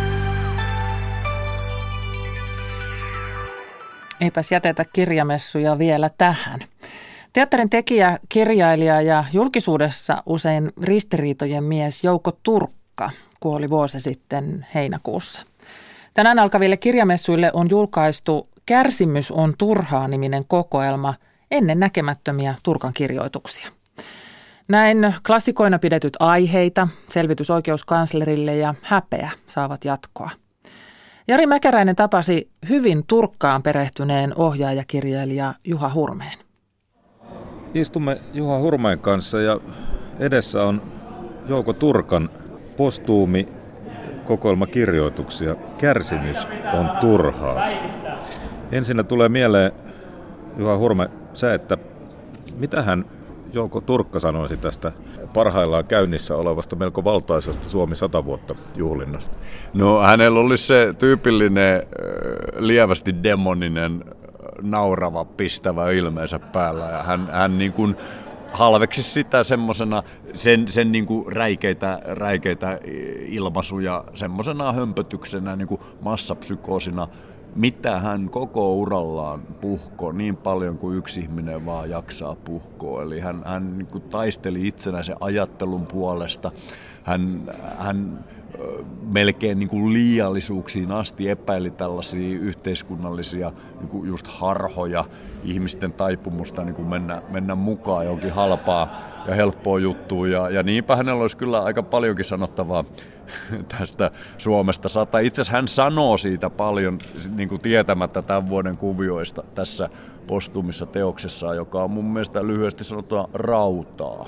Eipäs jätetä kirjamessuja vielä tähän. Teatterin tekijä, kirjailija ja julkisuudessa usein ristiriitojen mies Jouko Turkka kuoli vuosi sitten heinäkuussa. Tänään alkaville kirjamessuille on julkaistu Kärsimys on turhaa -niminen kokoelma ennen näkemättömiä Turkan kirjoituksia. Näin klassikoina pidetyt aiheita, selvitys oikeuskanslerille ja häpeä saavat jatkoa. Jari Mäkäräinen tapasi hyvin Turkkaan perehtyneen ohjaajakirjailija Juha Hurmeen. Istumme Juha Hurmeen kanssa ja edessä on Jouko Turkan postuumi kokoelmakirjoituksia. Kärsimys on turhaa. Ensinnä tulee mieleen, Juha Hurme, se, että mitähän Jouko Turkka sanoisi tästä parhaillaan käynnissä olevasta melko valtaisesta Suomi sata vuotta juhlinnasta? No hänellä oli se tyypillinen lievästi demoninen, naurava, pistävä ilmeensä päällä ja hän, hän niin kuin halveksi sitä semmosena, sen, sen niin kuin räikeitä, räikeitä ilmaisuja semmosena hömpötyksenä, niin kuin massapsykoosina, mitä hän koko urallaan puhkoo niin paljon kuin yksi ihminen vaan jaksaa puhkoa. Eli hän, hän niin kuin taisteli itsenäisen ajattelun puolesta, hän, hän melkein niin kuin liiallisuuksiin asti epäili tällaisia yhteiskunnallisia niin kuin just harhoja, ihmisten taipumusta niin kuin mennä, mennä mukaan johonkin halpaa ja helppoa juttuun. Ja, ja niinpä hänellä olisi kyllä aika paljonkin sanottavaa tästä Suomesta sata. Itse asiassa hän sanoo siitä paljon niin kuin tietämättä tämän vuoden kuvioista tässä postumissa teoksessa, joka on mun mielestä lyhyesti sanottuna rautaa.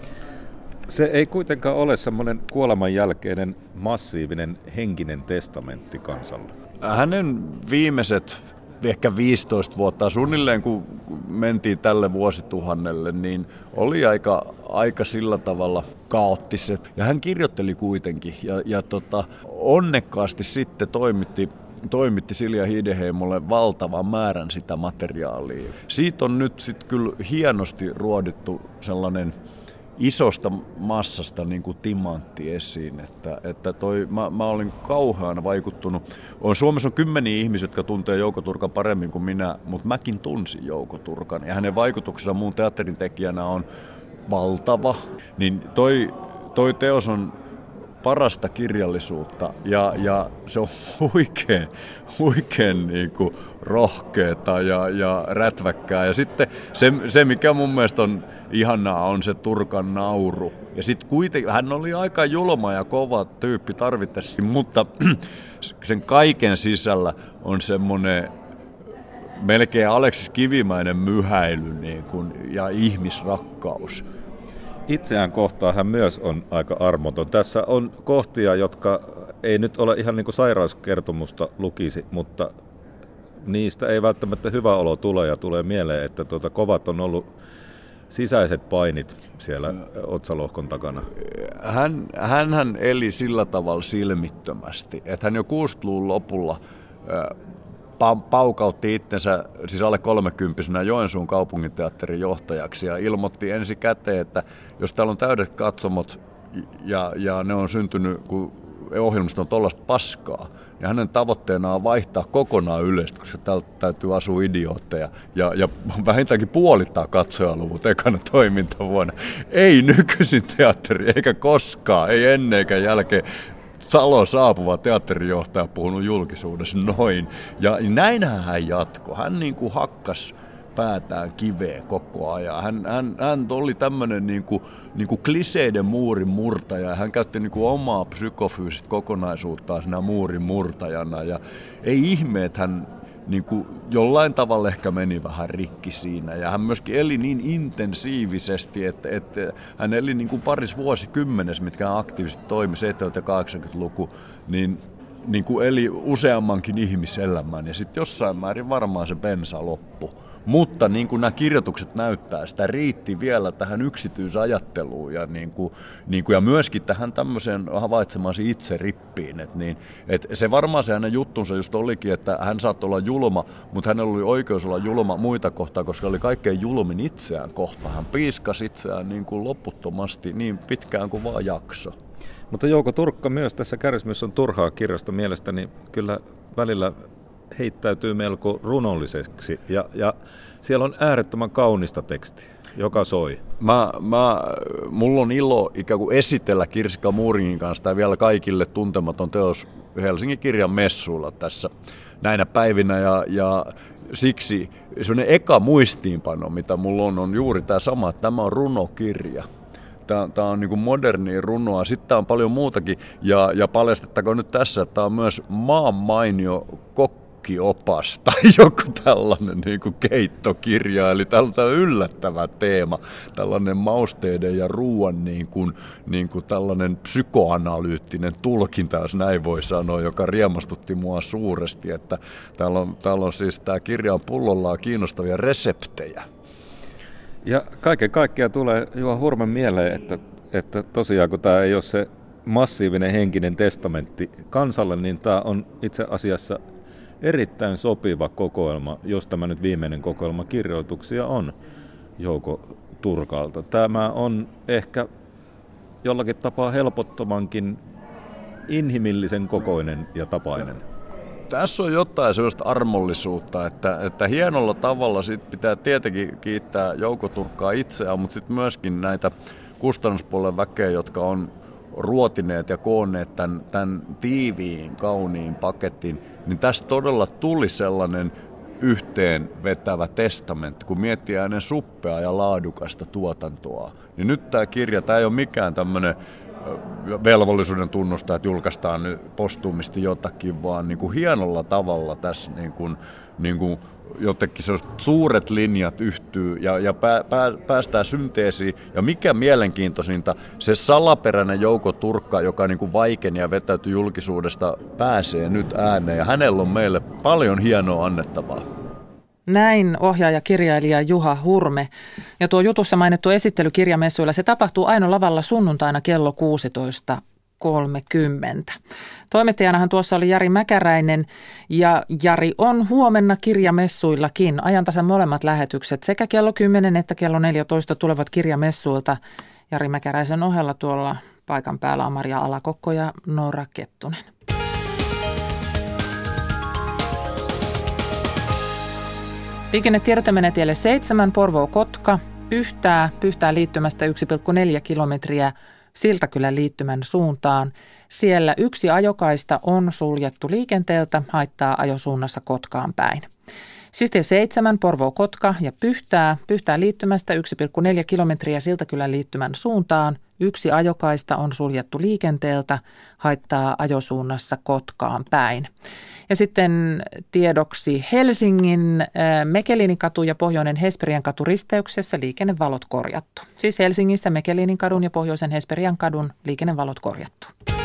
Se ei kuitenkaan ole semmoinen kuoleman jälkeinen massiivinen henkinen testamentti kansalle. Hänen viimeiset ehkä viisitoista vuotta suunnilleen, kun mentiin tälle vuosituhannelle, niin oli aika, aika sillä tavalla kaoottiset. Ja hän kirjoitteli kuitenkin ja, ja tota, onnekkaasti sitten toimitti toimitti Silja Hiideheimolle valtavan määrän sitä materiaalia. Siitä on nyt sitten kyllä hienosti ruodittu sellainen isosta massasta niin kuin timantti esiin, että, että toi, mä, mä olin kauhean vaikuttunut. On, Suomessa on kymmeniä ihmisiä, jotka tuntee Jouko Turkan paremmin kuin minä, mutta mäkin tunsin Jouko Turkan ja hänen vaikutuksensa muun teatterin tekijänä on valtava. Niin toi, toi teos on parasta kirjallisuutta ja, ja se on huikean, huikean niin kuin rohkeata ja, ja rätväkkää. Ja sitten se, se, mikä mun mielestä on ihanaa, on se Turkan nauru. Ja sitten kuitenkin, hän oli aika julma ja kova tyyppi tarvittaessa, mutta sen kaiken sisällä on semmoinen melkein Aleksis Kivimäinen myhäily niin kuin, ja ihmisrakkaus. Itseään kohtaan hän myös on aika armoton. Tässä on kohtia, jotka ei nyt ole ihan niin kuin sairauskertomusta lukisi, mutta niistä ei välttämättä hyvä olo tule ja tulee mieleen, että tuota, kovat on ollut sisäiset painit siellä otsalohkon takana. Hän, hänhän eli sillä tavalla silmittömästi, että hän jo kuusikymmentäluvun lopulla paukautti itsensä siis alle kolmekymppisenä Joensuun kaupunginteatterin johtajaksi ja ilmoitti ensi käteen, että jos täällä on täydet katsomot ja, ja ne on syntynyt, kun ohjelmisto on tollaista paskaa, ja hänen tavoitteena on vaihtaa kokonaan yleistä, koska täältä täytyy asua idiootteja ja, ja vähintäänkin puolittaa katsojaluvut ekana toimintavuonna. Ei nykyisin teatteri, eikä koskaan, ei ennen eikä jälkeen. Saloon saapuva teatterijohtaja puhunut julkisuudessa noin. Ja näinhän hän jatkoi. Hän niin kuin hakkas päätään kiveä koko ajan. Hän, hän, hän oli tämmöinen niin kuin, niin kuin kliseiden muurin murtaja. Hän käytti niin kuin omaa psykofyysistä kokonaisuuttaan siinä muurin murtajana. Ja ei ihme, että hän niin kuin jollain tavalla ehkä meni vähän rikki siinä. Ja hän myöskin eli niin intensiivisesti, että, että hän eli niin kuin paris vuosikymmenessä, mitkä hän aktiivisesti toimi, seitsemänkymmentä- ja kahdeksankymmentäluku, niin, niin kuin eli useammankin ihmiselämän. Ja sitten jossain määrin varmaan se bensa loppui. Mutta niin kuin nämä kirjoitukset näyttää, sitä riitti vielä tähän yksityisajatteluun ja, niin kuin, niin kuin, ja myöskin tähän tämmöiseen havaitsemaasi itse rippiin. Et niin, et se varmaan se hänen juttunsa just olikin, että hän saattoi olla julma, mutta hänellä oli oikeus olla julma muita kohtaan, koska oli kaikkein julmin itseään kohtaan. Hän piiskasi itseään niin kuin loputtomasti niin pitkään kuin vaan jakso. Mutta Jouko Turkka myös tässä Kärsimys on turhaa -kirjasta mielestäni kyllä välillä heittäytyy melko runolliseksi ja, ja siellä on äärettömän kaunista tekstiä, joka soi. Mä, mä, mulla on ilo ikään kuin esitellä Kirsikka Muuringin kanssa tämä vielä kaikille tuntematon teos Helsingin kirjan messuilla tässä näinä päivinä ja, ja siksi sellainen eka muistiinpano, mitä mulla on, on juuri tämä sama, että tämä on runokirja. Tämä, tämä on niin kuin modernia runoa. Sitten tämä on paljon muutakin ja, ja paljastettakoon nyt tässä, että tämä on myös maan mainio kokkiopas tai joku tällainen niin kuin keittokirja. Eli tältä on yllättävä teema, tällainen mausteiden ja ruoan niin kuin, niin kuin tällainen psykoanalyyttinen tulkinta, jos näin voi sanoa, joka riemastutti mua suuresti. Että täällä on, täällä on siis tämä kirja on pullollaan kiinnostavia reseptejä. Ja kaiken kaikkiaan tulee Juha Hurmen mieleen, että, että tosiaan kun tämä ei ole se massiivinen henkinen testamentti kansalle, niin tämä on itse asiassa erittäin sopiva kokoelma, jos tämä nyt viimeinen kokoelma kirjoituksia on Jouko Turkalta. Tämä on ehkä jollakin tapaa helpottomankin inhimillisen kokoinen ja tapainen. Tässä on jotain sellaista armollisuutta, että, että hienolla tavalla sit pitää tietenkin kiittää Jouko Turkkaa itseään, mutta sitten myöskin näitä kustannuspuolen väkeä, jotka on ruotineet ja koonneet tämän, tämän tiiviin, kauniin paketin, niin tässä todella tuli sellainen yhteen vetävä testamentti, kun miettii hänen suppeaa ja laadukasta tuotantoa. Niin nyt tämä kirja, tämä ei ole mikään tämmöinen velvollisuuden tunnusta, että julkaistaan nyt postuumisti jotakin, vaan niin kuin hienolla tavalla tässä niin kuin, niin kuin jotenkin sellaiset suuret linjat yhtyy ja, ja pää, pää, päästään synteesiin. Ja mikä mielenkiintoisinta, se salaperäinen Jouko Turkka, joka niin kuin vaikeni ja vetäytyi julkisuudesta, pääsee nyt ääneen. Ja hänellä on meille paljon hienoa annettavaa. Näin ohjaaja-kirjailija Juha Hurme. Ja tuo jutussa mainittu esittely kirjamessuilla, se tapahtuu Aino lavalla sunnuntaina kello kuusitoista kolmekymmentä. Toimittajanahan tuossa oli Jari Mäkäräinen ja Jari on huomenna kirjamessuillakin. Ajantasan molemmat lähetykset sekä kello kymmenen että kello neljätoista tulevat kirjamessuilta. Jari Mäkäräisen ohella tuolla paikan päällä on Maria Alakokko ja Noora Kettunen. Liikennetiedote menee tielle seitsemän, Porvoo-Kotka, Pyhtää, Pyhtää liittymästä yksi pilkku neljä kilometriä Siltakylän liittymän suuntaan. Siellä yksi ajokaista on suljettu liikenteeltä, haittaa ajosuunnassa Kotkaan päin. Siis tie seitsemän, Porvoo-Kotka ja Pyhtää, Pyhtää liittymästä yksi pilkku neljä kilometriä Siltakylän liittymän suuntaan. Yksi ajokaista on suljettu liikenteeltä, haittaa ajosuunnassa Kotkaan päin. Ja sitten tiedoksi Helsingin Mekelininkatu ja Pohjoinen Hesperiankatu risteyksessä liikennevalot korjattu. Siis Helsingissä Mekelininkadun ja Pohjoisen Hesperiankadun liikennevalot korjattu.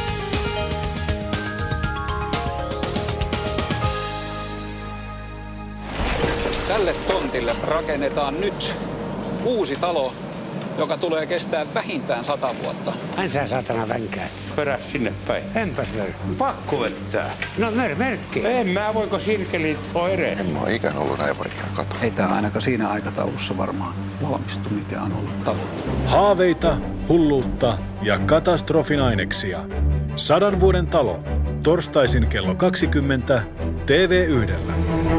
Tälle tontille rakennetaan nyt uusi talo, joka tulee kestää vähintään sata vuotta. En sä saatana vänkää. Perä sinne päin. Enpäs mörk. Pakko vettää. No mör, merkki. En mä, voiko sirkelit oire? En mä ikään ollut näin vaikea kato. Ei tää ainakaan siinä aikataulussa varmaan valmistu, mikä on ollut tavoite. Haaveita, hulluutta ja katastrofin aineksia. Sadan vuoden talo. Torstaisin kello kaksikymmentä T V yhdellä.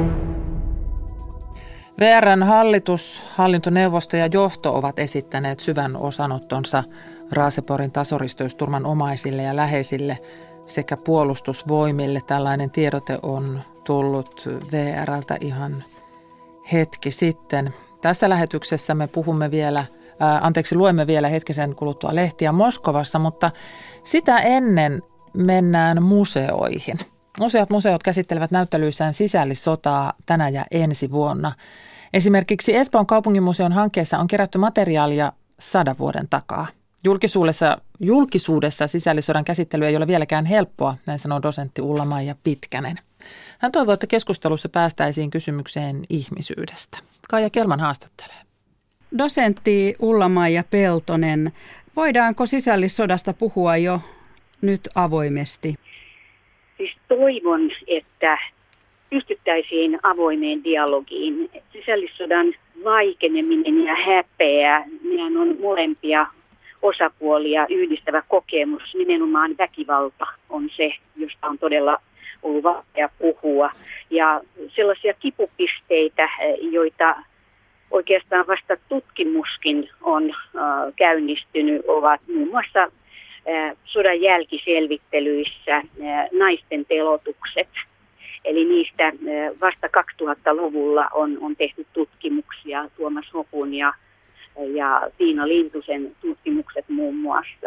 V R:n hallitus, hallintoneuvosto ja johto ovat esittäneet syvän osanottonsa Raaseporin tasoristeysturman omaisille ja läheisille sekä puolustusvoimille. Tällainen tiedote on tullut V R:ltä ihan hetki sitten. Tässä lähetyksessä me puhumme vielä, ää, anteeksi luemme vielä hetkisen kuluttua lehtiä Moskovassa, mutta sitä ennen mennään museoihin. Useat museot käsittelevät näyttelyissään sisällissotaa tänä ja ensi vuonna. Esimerkiksi Espoon kaupunginmuseon hankkeessa on kerätty materiaalia sadan vuoden takaa. Julkisuudessa, julkisuudessa sisällissodan käsittely ei ole vieläkään helppoa, näin sanoo dosentti Ulla-Maija Pitkänen. Hän toivoo, että keskustelussa päästäisiin kysymykseen ihmisyydestä. Kaija Kelman haastattelee. Dosentti Ulla-Maija Peltonen, voidaanko sisällissodasta puhua jo nyt avoimesti? Siis toivon, että pystyttäisiin avoimeen dialogiin. Sisällissodan vaikeneminen ja häpeä, nehän on molempia osapuolia yhdistävä kokemus. Nimenomaan väkivalta on se, josta on todella ollut vaikea puhua. Ja sellaisia kipupisteitä, joita oikeastaan vasta tutkimuskin on äh, käynnistynyt, ovat muun muassa sodan jälkiselvittelyissä naisten telotukset. Eli niistä vasta kaksituhattaluvulla on, on tehty tutkimuksia, Tuomas Hopun ja, ja Tiina Lintusen tutkimukset muun muassa.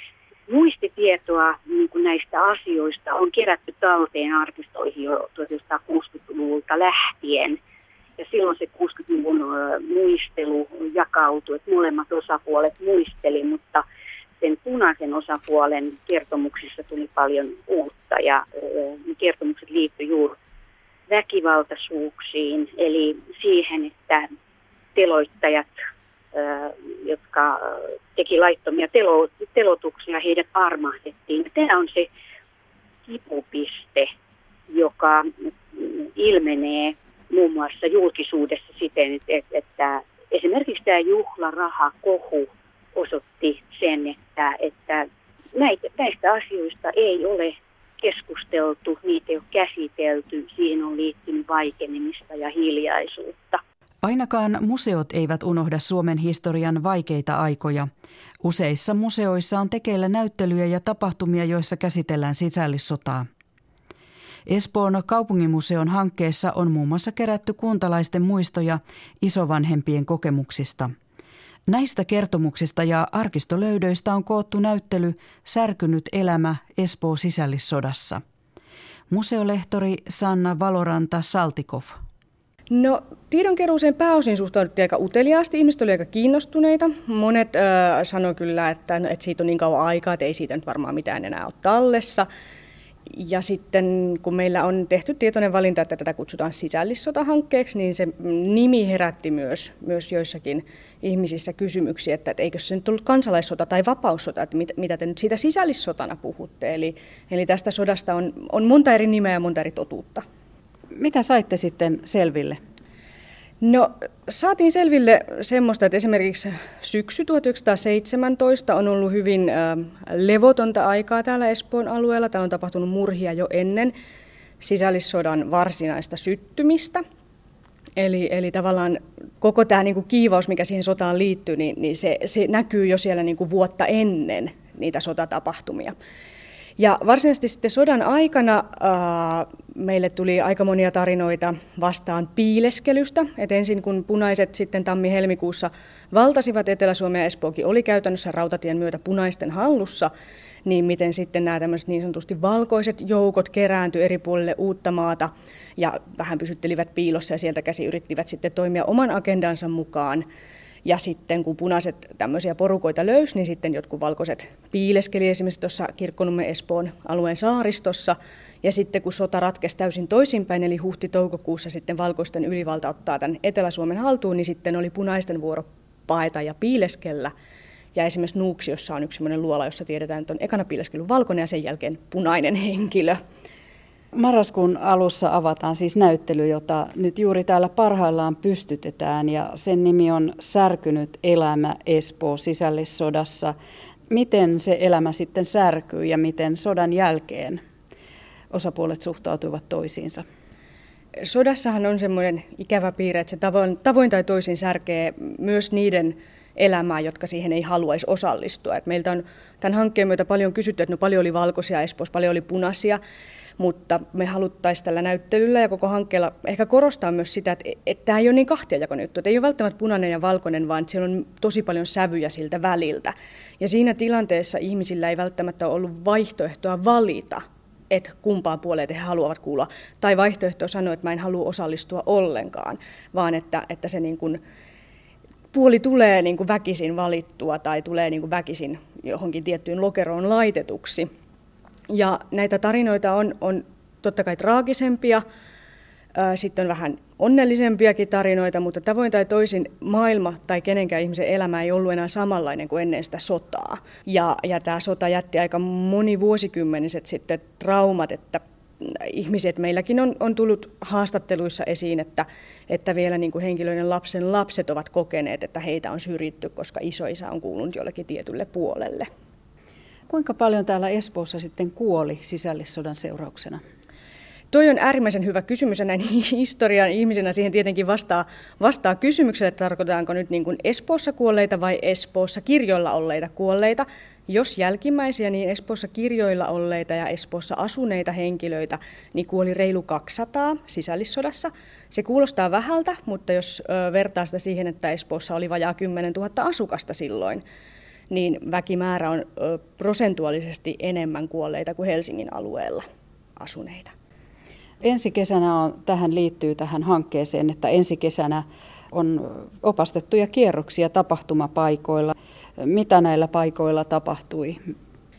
Muistitietoa niin kuin näistä asioista on kerätty talteen arkistoihin jo tuhatyhdeksänsataakuusikymmentäluvulta lähtien. Ja silloin se kuusikymmentäluvun muistelu jakautui, että molemmat osapuolet muisteli, mutta sen punaisen osapuolen kertomuksissa tuli paljon uutta ja ne kertomukset liittyivät juuri väkivaltaisuuksiin, eli siihen, että teloittajat jotka teki laittomia telo, telotuksia, heidät armahdettiin. Tämä on se kipupiste, joka ilmenee muun muassa julkisuudessa siten, että, että esimerkiksi tämä juhlarahakohu osoitti sen, että, että näitä, näistä asioista ei ole keskusteltu, niitä ei ole käsitelty, siihen on liittynyt vaikenemista ja hiljaisuutta. Ainakaan museot eivät unohda Suomen historian vaikeita aikoja. Useissa museoissa on tekeillä näyttelyjä ja tapahtumia, joissa käsitellään sisällissotaa. Espoon kaupunginmuseon hankkeessa on muun muassa kerätty kuntalaisten muistoja isovanhempien kokemuksista. Näistä kertomuksista ja arkistolöydöistä on koottu näyttely Särkynyt elämä Espoo sisällissodassa. Museolehtori Sanna Valoranta-Saltikov. No, tiedonkeruuseen pääosin suhtauduttiin aika uteliaasti. Ihmiset olivat aika kiinnostuneita. Monet äh, sanoi kyllä, että, että siitä on niin kauan aikaa, että ei siitä nyt varmaan mitään enää ole tallessa. Ja sitten kun meillä on tehty tietoinen valinta, että tätä kutsutaan sisällissotahankkeeksi, niin se nimi herätti myös, myös joissakin ihmisissä kysymyksiä, että, että eikö se nyt ollut kansalaissota tai vapaussota, että mit, mitä te nyt siitä sisällissotana puhutte. Eli, eli tästä sodasta on, on monta eri nimeä ja monta eri totuutta. Mitä saitte sitten selville? No, saatiin selville semmoista, että esimerkiksi syksy tuhatyhdeksänsataaseitsemäntoista on ollut hyvin äh, levotonta aikaa täällä Espoon alueella. Täällä on tapahtunut murhia jo ennen sisällissodan varsinaista syttymistä. Eli, eli tavallaan koko tämä niinku kiivaus, mikä siihen sotaan liittyy, niin, niin se, se näkyy jo siellä niinku vuotta ennen niitä sotatapahtumia. Ja varsinaisesti sitten sodan aikana ää, meille tuli aika monia tarinoita vastaan piileskelystä. Et ensin kun punaiset sitten tammi-helmikuussa valtasivat Etelä-Suomea ja Espookin oli käytännössä rautatien myötä punaisten hallussa, niin miten sitten nämä tämmöiset niin sanotusti valkoiset joukot kerääntyi eri puolille Uuttamaata ja vähän pysyttelivät piilossa ja sieltä käsi yrittivät sitten toimia oman agendansa mukaan. Ja sitten kun punaiset tämmöisiä porukoita löysi, niin sitten jotkut valkoiset piileskeli esimerkiksi tuossa Kirkkonummen Espoon alueen saaristossa. Ja sitten kun sota ratkesi täysin toisinpäin, eli huhti-toukokuussa sitten valkoisten ylivalta ottaa tämän Etelä-Suomen haltuun, niin sitten oli punaisten vuoro paeta ja piileskellä. Ja esimerkiksi Nuuksiossa on yksi sellainen luola, jossa tiedetään, että on ekana piileskelyn valkoinen ja sen jälkeen punainen henkilö. Marraskuun alussa avataan siis näyttely, jota nyt juuri täällä parhaillaan pystytetään, ja sen nimi on Särkynyt elämä Espoo sisällissodassa. Miten se elämä sitten särkyy ja miten sodan jälkeen osapuolet suhtautuivat toisiinsa? Sodassahan on semmoinen ikävä piirre, että se tavoin, tavoin tai toisin särkee myös niiden elämää, jotka siihen ei haluaisi osallistua. Et meiltä on tämän hankkeen myötä paljon kysytty, että no paljon oli valkoisia Espoossa, paljon oli punaisia. Mutta me haluttaisiin tällä näyttelyllä ja koko hankkeella ehkä korostaa myös sitä, että, että tämä ei ole niin kahtiajakoinen juttu. Että ei ole välttämättä punainen ja valkoinen, vaan siellä on tosi paljon sävyjä siltä väliltä. Ja siinä tilanteessa ihmisillä ei välttämättä ole ollut vaihtoehtoa valita, että kumpaan puoleen he haluavat kuulla. Tai vaihtoehtoa sanoa, että mä en halua osallistua ollenkaan, vaan että, että se niin kuin puoli tulee niin kuin väkisin valittua tai tulee niin kuin väkisin johonkin tiettyyn lokeroon laitetuksi. Ja näitä tarinoita on, on totta kai traagisempia, sitten on vähän onnellisempiakin tarinoita, mutta tavoin tai toisin maailma tai kenenkään ihmisen elämä ei ollut enää samanlainen kuin ennen sitä sotaa. Ja, ja tämä sota jätti aika monivuosikymmeniset sitten traumat, että ihmiset meilläkin on, on tullut haastatteluissa esiin, että, että vielä niin kuin henkilöiden lapsen lapset ovat kokeneet, että heitä on syrjitty, koska isoisä on kuulunut jollekin tietylle puolelle. Kuinka paljon täällä Espoossa sitten kuoli sisällissodan seurauksena? Toi on äärimmäisen hyvä kysymys ja näin historian ihmisenä siihen tietenkin vastaa, vastaa kysymykselle, että tarkoitetaanko nyt niin kuin Espoossa kuolleita vai Espoossa kirjoilla olleita kuolleita. Jos jälkimmäisiä, niin Espoossa kirjoilla olleita ja Espoossa asuneita henkilöitä niin kuoli reilu kaksisataa sisällissodassa. Se kuulostaa vähältä, mutta jos ö, vertaa sitä siihen, että Espoossa oli vajaa kymmenen tuhatta asukasta silloin, niin väkimäärä on ö, prosentuaalisesti enemmän kuolleita kuin Helsingin alueella asuneita. Ensi kesänä on, tähän liittyy tähän hankkeeseen, että ensi kesänä on opastettuja kierroksia tapahtumapaikoilla. Mitä näillä paikoilla tapahtui?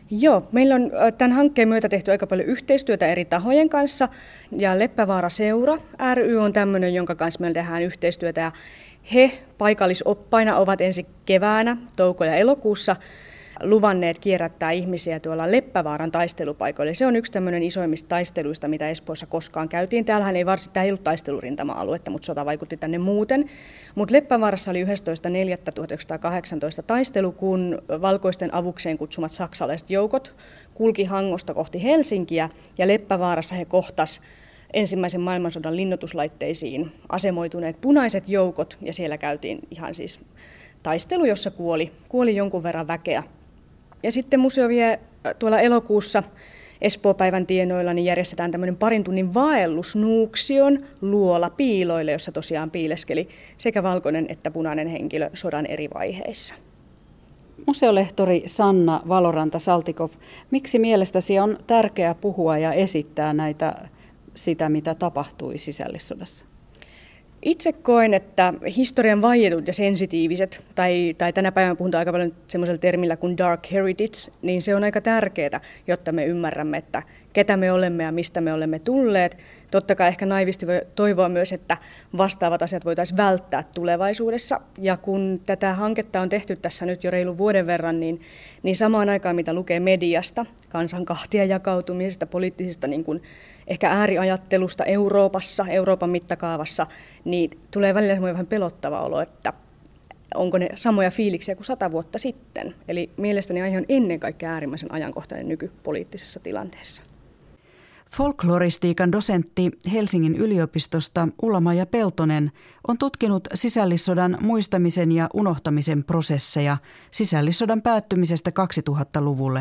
Joo, meillä on tämän hankkeen myötä tehty aika paljon yhteistyötä eri tahojen kanssa ja Leppävaara-seura ry on tämmöinen, jonka kanssa meillä tehdään yhteistyötä ja he paikallisoppaina ovat ensi keväänä, touko- ja elokuussa luvanneet kierrättää ihmisiä tuolla Leppävaaran taistelupaikoille. Se on yksi tämmöinen isoimmista taisteluista, mitä Espoossa koskaan käytiin. Täällähän ei varsinaisesti, tämä ei ollut taistelurintama-aluetta, mutta sota vaikutti tänne muuten. Mutta Leppävaarassa oli yhdestoista neljättä tuhatyhdeksänsataakahdeksantoista taistelu, kun valkoisten avukseen kutsumat saksalaiset joukot kulki Hangosta kohti Helsinkiä ja Leppävaarassa he kohtas ensimmäisen maailmansodan linnoituslaitteisiin asemoituneet punaiset joukot ja siellä käytiin ihan siis taistelu, jossa kuoli, kuoli jonkun verran väkeä. Ja sitten museo vie tuolla elokuussa Espoo-päivän tienoilla niin järjestetään tämmöinen parin tunnin vaellus Nuuksion luola piiloille, jossa tosiaan piileskeli sekä valkoinen että punainen henkilö sodan eri vaiheissa. Museolehtori Sanna Valoranta-Saltikov, miksi mielestäsi on tärkeää puhua ja esittää näitä sitä, mitä tapahtui sisällissodassa? Itse koen, että historian vaietut ja sensitiiviset, tai, tai tänä päivänä puhutaan aika paljon semmoisella termillä kuin dark heritage, niin se on aika tärkeää, jotta me ymmärrämme, että ketä me olemme ja mistä me olemme tulleet. Totta kai ehkä naivisti voi toivoa myös, että vastaavat asiat voitaisiin välttää tulevaisuudessa. Ja kun tätä hanketta on tehty tässä nyt jo reilu vuoden verran, niin, niin samaan aikaan mitä lukee mediasta, kansan kahtia jakautumisesta, poliittisista niin kuin ehkä ääriajattelusta Euroopassa, Euroopan mittakaavassa, niin tulee välillä semmoinen vähän pelottava olo, että onko ne samoja fiiliksiä kuin sata vuotta sitten. Eli mielestäni aihe on ennen kaikkea äärimmäisen ajankohtainen nykypoliittisessa tilanteessa. Folkloristiikan dosentti Helsingin yliopistosta Ulla-Maija Peltonen on tutkinut sisällissodan muistamisen ja unohtamisen prosesseja sisällissodan päättymisestä kaksituhattaluvulle.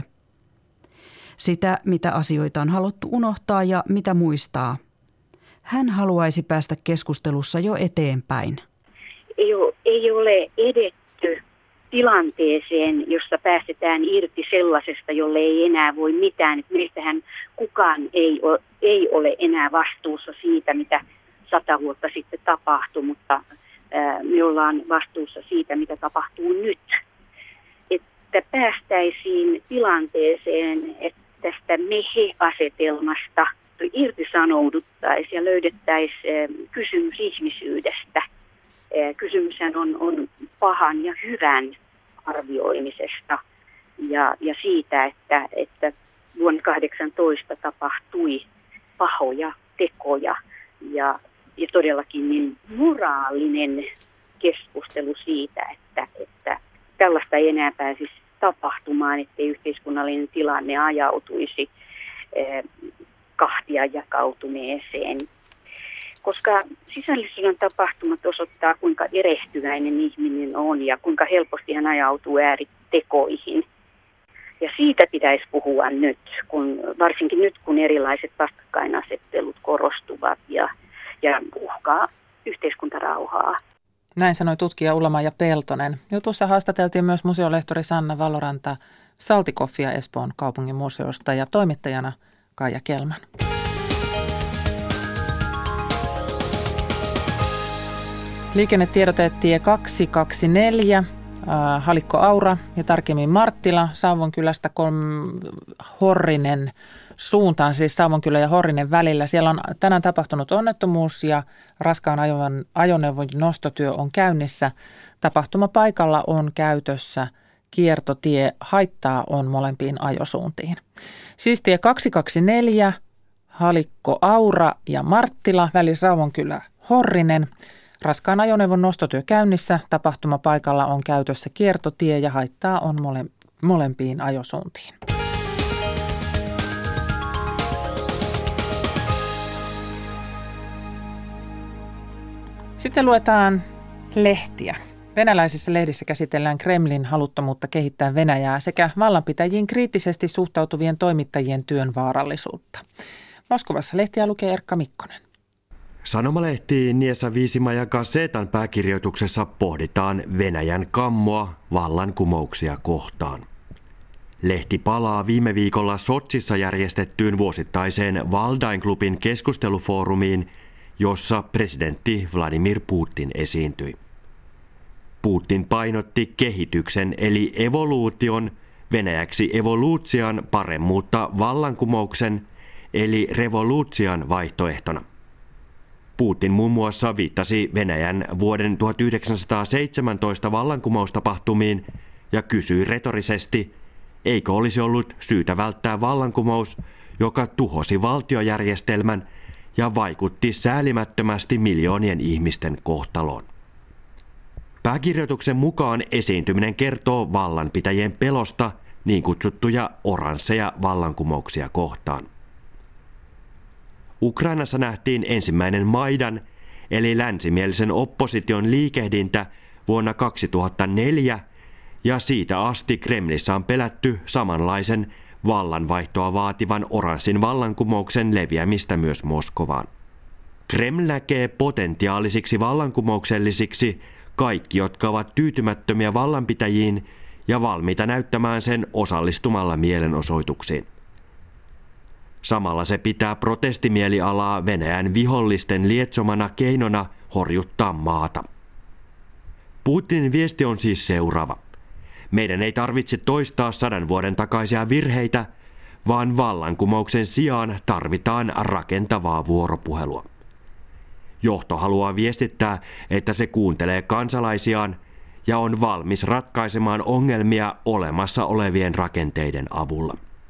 Sitä, mitä asioita on haluttu unohtaa ja mitä muistaa. Hän haluaisi päästä keskustelussa jo eteenpäin. Ei ole, ei ole edetty tilanteeseen, jossa päästetään irti sellaisesta, jolle ei enää voi mitään. Et meistähän kukaan ei ole, ei ole enää vastuussa siitä, mitä sata vuotta sitten tapahtui, mutta ää, me ollaan vastuussa siitä, mitä tapahtuu nyt. Että päästäisiin tilanteeseen, että tästä me-he-asetelmasta irtisanouduttaisiin ja löydettäisiin kysymys ihmisyydestä. Kysymyshän on, on pahan ja hyvän arvioimisesta ja, ja siitä, että, että vuonna kahdeksantoista tapahtui pahoja tekoja ja, ja todellakin niin moraalinen keskustelu siitä, että, että tällaista ei enää pääsisi tapahtumaan, ettei yhteiskunnallinen tilanne ajautuisi eh, kahtia jakautuneeseen. Koska sisällissodan tapahtumat osoittaa, kuinka erehtyväinen ihminen on ja kuinka helposti hän ajautuu ääritekoihin. Ja siitä pitäisi puhua nyt, kun, varsinkin nyt, kun erilaiset vastakkainasettelut korostuvat ja, ja uhkaa yhteiskuntarauhaa. Näin sanoi tutkija Ulla-Maija Peltonen. Jutussa haastateltiin myös museolehtori Sanna Valoranta Saltikoffia Espoon kaupungin museosta ja toimittajana Kaija Kelman. Liikennetiedote tie kaksisataakaksikymmentäneljä, äh, Halikko Aura ja tarkemmin Marttila, Sauvonkylästä kolm- Horrinen suuntaan, siis Sauvonkylä ja Horrinen välillä. Siellä on tänään tapahtunut onnettomuus ja raskaan ajon, ajoneuvon nostotyö on käynnissä. Tapahtumapaikalla on käytössä kiertotie, haittaa on molempiin ajosuuntiin. Siis tie kaksisataakaksikymmentäneljä, Halikko Aura ja Marttila, väli Sauvonkylä Horrinen. Raskaan ajoneuvon nostotyö käynnissä, tapahtumapaikalla on käytössä kiertotie ja haittaa on mole, molempiin ajosuuntiin. Sitten luetaan lehtiä. Venäläisissä lehdissä käsitellään Kremlin haluttomuutta kehittää Venäjää sekä vallanpitäjiin kriittisesti suhtautuvien toimittajien työn vaarallisuutta. Moskovassa lehtiä lukee Erkka Mikkonen. Sanomalehti Niesa Viisimaja Gazetan pääkirjoituksessa pohditaan Venäjän kammoa vallankumouksia kohtaan. Lehti palaa viime viikolla Sotsissa järjestettyyn vuosittaiseen Valdain-klubin keskustelufoorumiin, jossa presidentti Vladimir Putin esiintyi. Putin painotti kehityksen eli evoluution, venäjäksi evoluutsian paremmuutta vallankumouksen eli revoluutsian vaihtoehtona. Putin muun muassa viittasi Venäjän vuoden tuhatyhdeksänsataaseitsemäntoista vallankumoustapahtumiin ja kysyi retorisesti, eikö olisi ollut syytä välttää vallankumous, joka tuhosi valtiojärjestelmän ja vaikutti säälimättömästi miljoonien ihmisten kohtaloon. Pääkirjoituksen mukaan esiintyminen kertoo vallanpitäjien pelosta niin kutsuttuja oransseja vallankumouksia kohtaan. Ukrainassa nähtiin ensimmäinen Maidan, eli länsimielisen opposition liikehdintä vuonna kaksituhattaneljä, ja siitä asti Kremlissä on pelätty samanlaisen vallanvaihtoa vaativan oranssin vallankumouksen leviämistä myös Moskovaan. Kreml näkee potentiaalisiksi vallankumouksellisiksi kaikki, jotka ovat tyytymättömiä vallanpitäjiin ja valmiita näyttämään sen osallistumalla mielenosoituksiin. Samalla se pitää protestimielialaa Venäjän vihollisten lietsomana keinona horjuttaa maata. Putinin viesti on siis seuraava. Meidän ei tarvitse toistaa sadan vuoden takaisia virheitä, vaan vallankumouksen sijaan tarvitaan rakentavaa vuoropuhelua. Johto haluaa viestittää, että se kuuntelee kansalaisiaan ja on valmis ratkaisemaan ongelmia olemassa olevien rakenteiden avulla.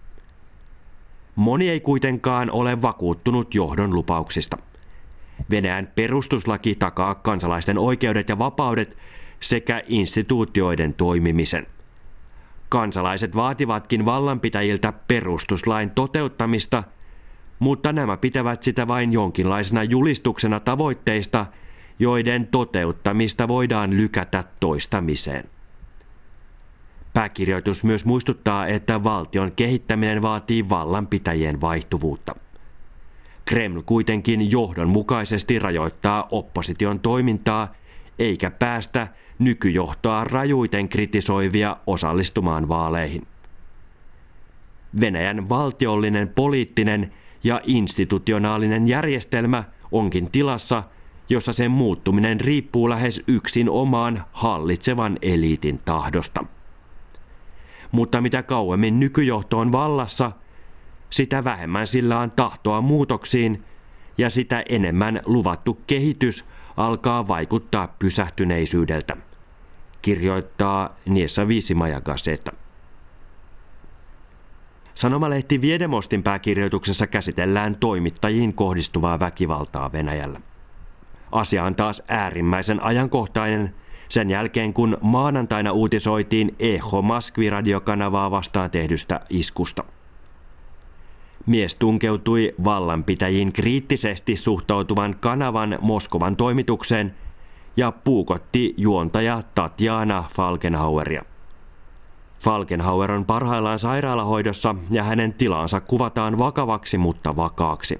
Moni ei kuitenkaan ole vakuuttunut johdon lupauksista. Venäjän perustuslaki takaa kansalaisten oikeudet ja vapaudet sekä instituutioiden toimimisen. Kansalaiset vaativatkin vallanpitäjiltä perustuslain toteuttamista, mutta nämä pitävät sitä vain jonkinlaisena julistuksena tavoitteista, joiden toteuttamista voidaan lykätä toistamiseen. Pääkirjoitus myös muistuttaa, että valtion kehittäminen vaatii vallanpitäjien vaihtuvuutta. Kreml kuitenkin johdonmukaisesti rajoittaa opposition toimintaa, eikä päästä nykyjohtoa rajuiten kritisoivia osallistumaan vaaleihin. Venäjän valtiollinen, poliittinen ja institutionaalinen järjestelmä onkin tilassa, jossa sen muuttuminen riippuu lähes yksin omaan hallitsevan eliitin tahdosta. Mutta mitä kauemmin nykyjohto on vallassa, sitä vähemmän sillä on tahtoa muutoksiin ja sitä enemmän luvattu kehitys alkaa vaikuttaa pysähtyneisyydeltä, kirjoittaa Niesa Viisimaja Gazeta. Sanomalehti Viedemostin pääkirjoituksessa käsitellään toimittajiin kohdistuvaa väkivaltaa Venäjällä. Asia on taas äärimmäisen ajankohtainen sen jälkeen, kun maanantaina uutisoitiin Echo Moskvi-radiokanavaa vastaan tehdystä iskusta. Mies tunkeutui vallanpitäjiin kriittisesti suhtautuvan kanavan Moskovan toimitukseen ja puukotti juontaja Tatjana Falkenhaueria. Falkenhauer on parhaillaan sairaalahoidossa ja hänen tilansa kuvataan vakavaksi, mutta vakaaksi.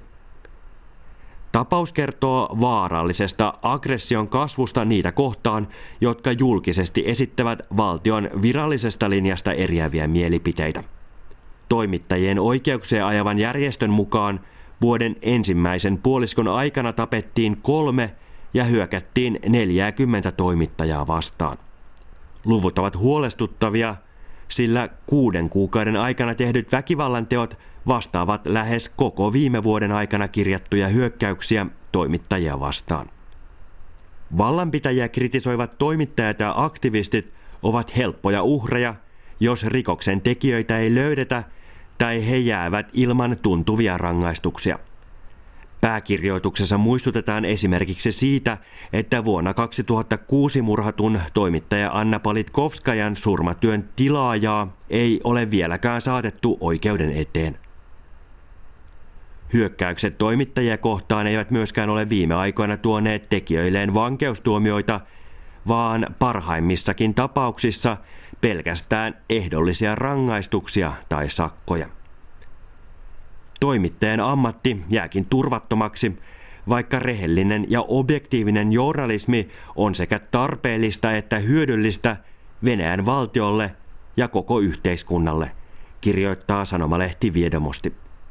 Tapaus kertoo vaarallisesta aggression kasvusta niitä kohtaan, jotka julkisesti esittävät valtion virallisesta linjasta eriäviä mielipiteitä. Toimittajien oikeuksia ajavan järjestön mukaan vuoden ensimmäisen puoliskon aikana tapettiin kolme ja hyökättiin neljäkymmentä toimittajaa vastaan. Luvut ovat huolestuttavia, sillä kuuden kuukauden aikana tehdyt väkivallanteot vastaavat lähes koko viime vuoden aikana kirjattuja hyökkäyksiä toimittajia vastaan. Vallanpitäjiä kritisoivat toimittajat ja aktivistit ovat helppoja uhreja, jos rikoksen tekijöitä ei löydetä tai he jäävät ilman tuntuvia rangaistuksia. Pääkirjoituksessa muistutetaan esimerkiksi siitä, että vuonna kaksituhattakuusi murhatun toimittaja Anna Politkovskajan surmatyön tilaajaa ei ole vieläkään saatettu oikeuden eteen. Hyökkäykset toimittajia kohtaan eivät myöskään ole viime aikoina tuoneet tekijöilleen vankeustuomioita, vaan parhaimmissakin tapauksissa pelkästään ehdollisia rangaistuksia tai sakkoja. Toimittajan ammatti jääkin turvattomaksi, vaikka rehellinen ja objektiivinen journalismi on sekä tarpeellista että hyödyllistä Venäjän valtiolle ja koko yhteiskunnalle, kirjoittaa sanomalehti Viedemosti.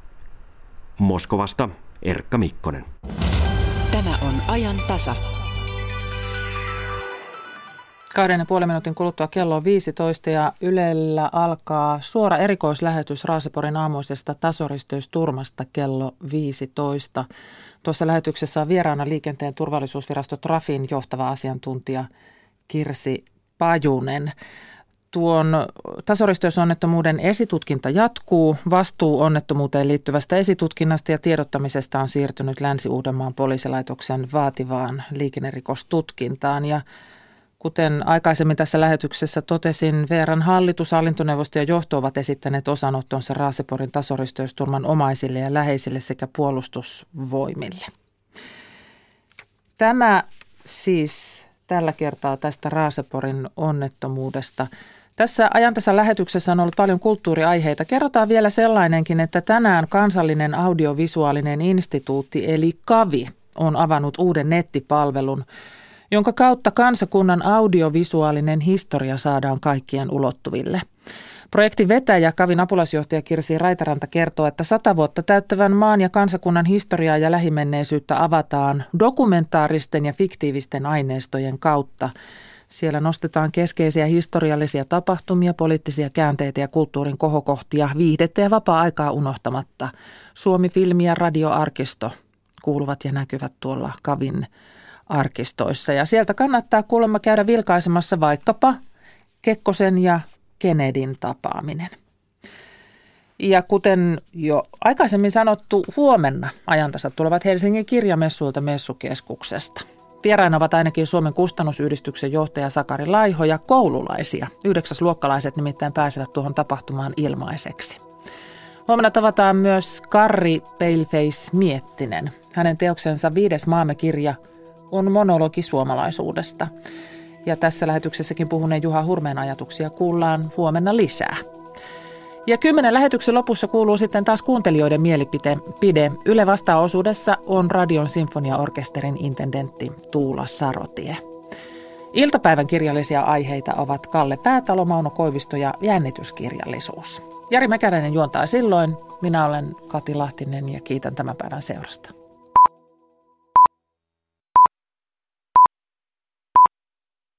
Moskovasta Erkka Mikkonen. Tämä on ajan tasa. Kahden ja puolen minuutin kuluttua kello on viisitoista ja Ylellä alkaa suora erikoislähetys Raaseporin aamuisesta tasoristeysturmasta kello viisitoista. Tuossa lähetyksessä on vieraana liikenteen turvallisuusvirasto Trafin johtava asiantuntija Kirsi Pajunen. Tuon tasoristeysonnettomuuden esitutkinta jatkuu. Vastuu onnettomuuteen liittyvästä esitutkinnasta ja tiedottamisesta on siirtynyt Länsi-Uudenmaan poliisilaitoksen vaativaan liikennerikostutkintaan. Ja kuten aikaisemmin tässä lähetyksessä totesin, V R:n hallitus, hallintoneuvosto ja johto ovat esittäneet osanottonsa Raaseporin tasoristeysturman omaisille ja läheisille sekä puolustusvoimille. Tämä siis tällä kertaa tästä Raaseporin onnettomuudesta. Tässä ajantasan lähetyksessä on ollut paljon kulttuuriaiheita. Kerrotaan vielä sellainenkin, että tänään Kansallinen audiovisuaalinen instituutti eli KAVI on avannut uuden nettipalvelun, jonka kautta kansakunnan audiovisuaalinen historia saadaan kaikkien ulottuville. Projektin vetäjä, KAVin apulaisjohtaja Kirsi Raitaranta kertoo, että sata vuotta täyttävän maan ja kansakunnan historiaa ja lähimenneisyyttä avataan dokumentaaristen ja fiktiivisten aineistojen kautta. Siellä nostetaan keskeisiä historiallisia tapahtumia, poliittisia käänteitä ja kulttuurin kohokohtia, viihdettä ja vapaa-aikaa unohtamatta. Suomi-filmi ja radioarkisto kuuluvat ja näkyvät tuolla KAVin arkistoissa. Ja sieltä kannattaa kuulemma käydä vilkaisemassa vaikkapa Kekkosen ja Kennedyn tapaaminen. Ja kuten jo aikaisemmin sanottu, huomenna ajantasat tulevat Helsingin kirjamessuilta messukeskuksesta. Vieraina ovat ainakin Suomen kustannusyhdistyksen johtaja Sakari Laiho ja koululaisia. Yhdeksäsluokkalaiset nimittäin pääsevät tuohon tapahtumaan ilmaiseksi. Huomenna tavataan myös Karri Paleface Miettinen. Hänen teoksensa Viides maamme-kirja on monologi suomalaisuudesta. Ja tässä lähetyksessäkin puhuneen Juha Hurmeen ajatuksia kuullaan huomenna lisää. Ja kymmenen lähetyksen lopussa kuuluu sitten taas kuuntelijoiden mielipide. Yle Vastaa-osuudessa on Radion Sinfoniaorkesterin intendentti Tuula Sarotie. Iltapäivän kirjallisia aiheita ovat Kalle Päätalo, Mauno Koivisto ja jännityskirjallisuus. Jari Mäkäräinen juontaa silloin. Minä olen Kati Lahtinen ja kiitän tämän päivän seurasta.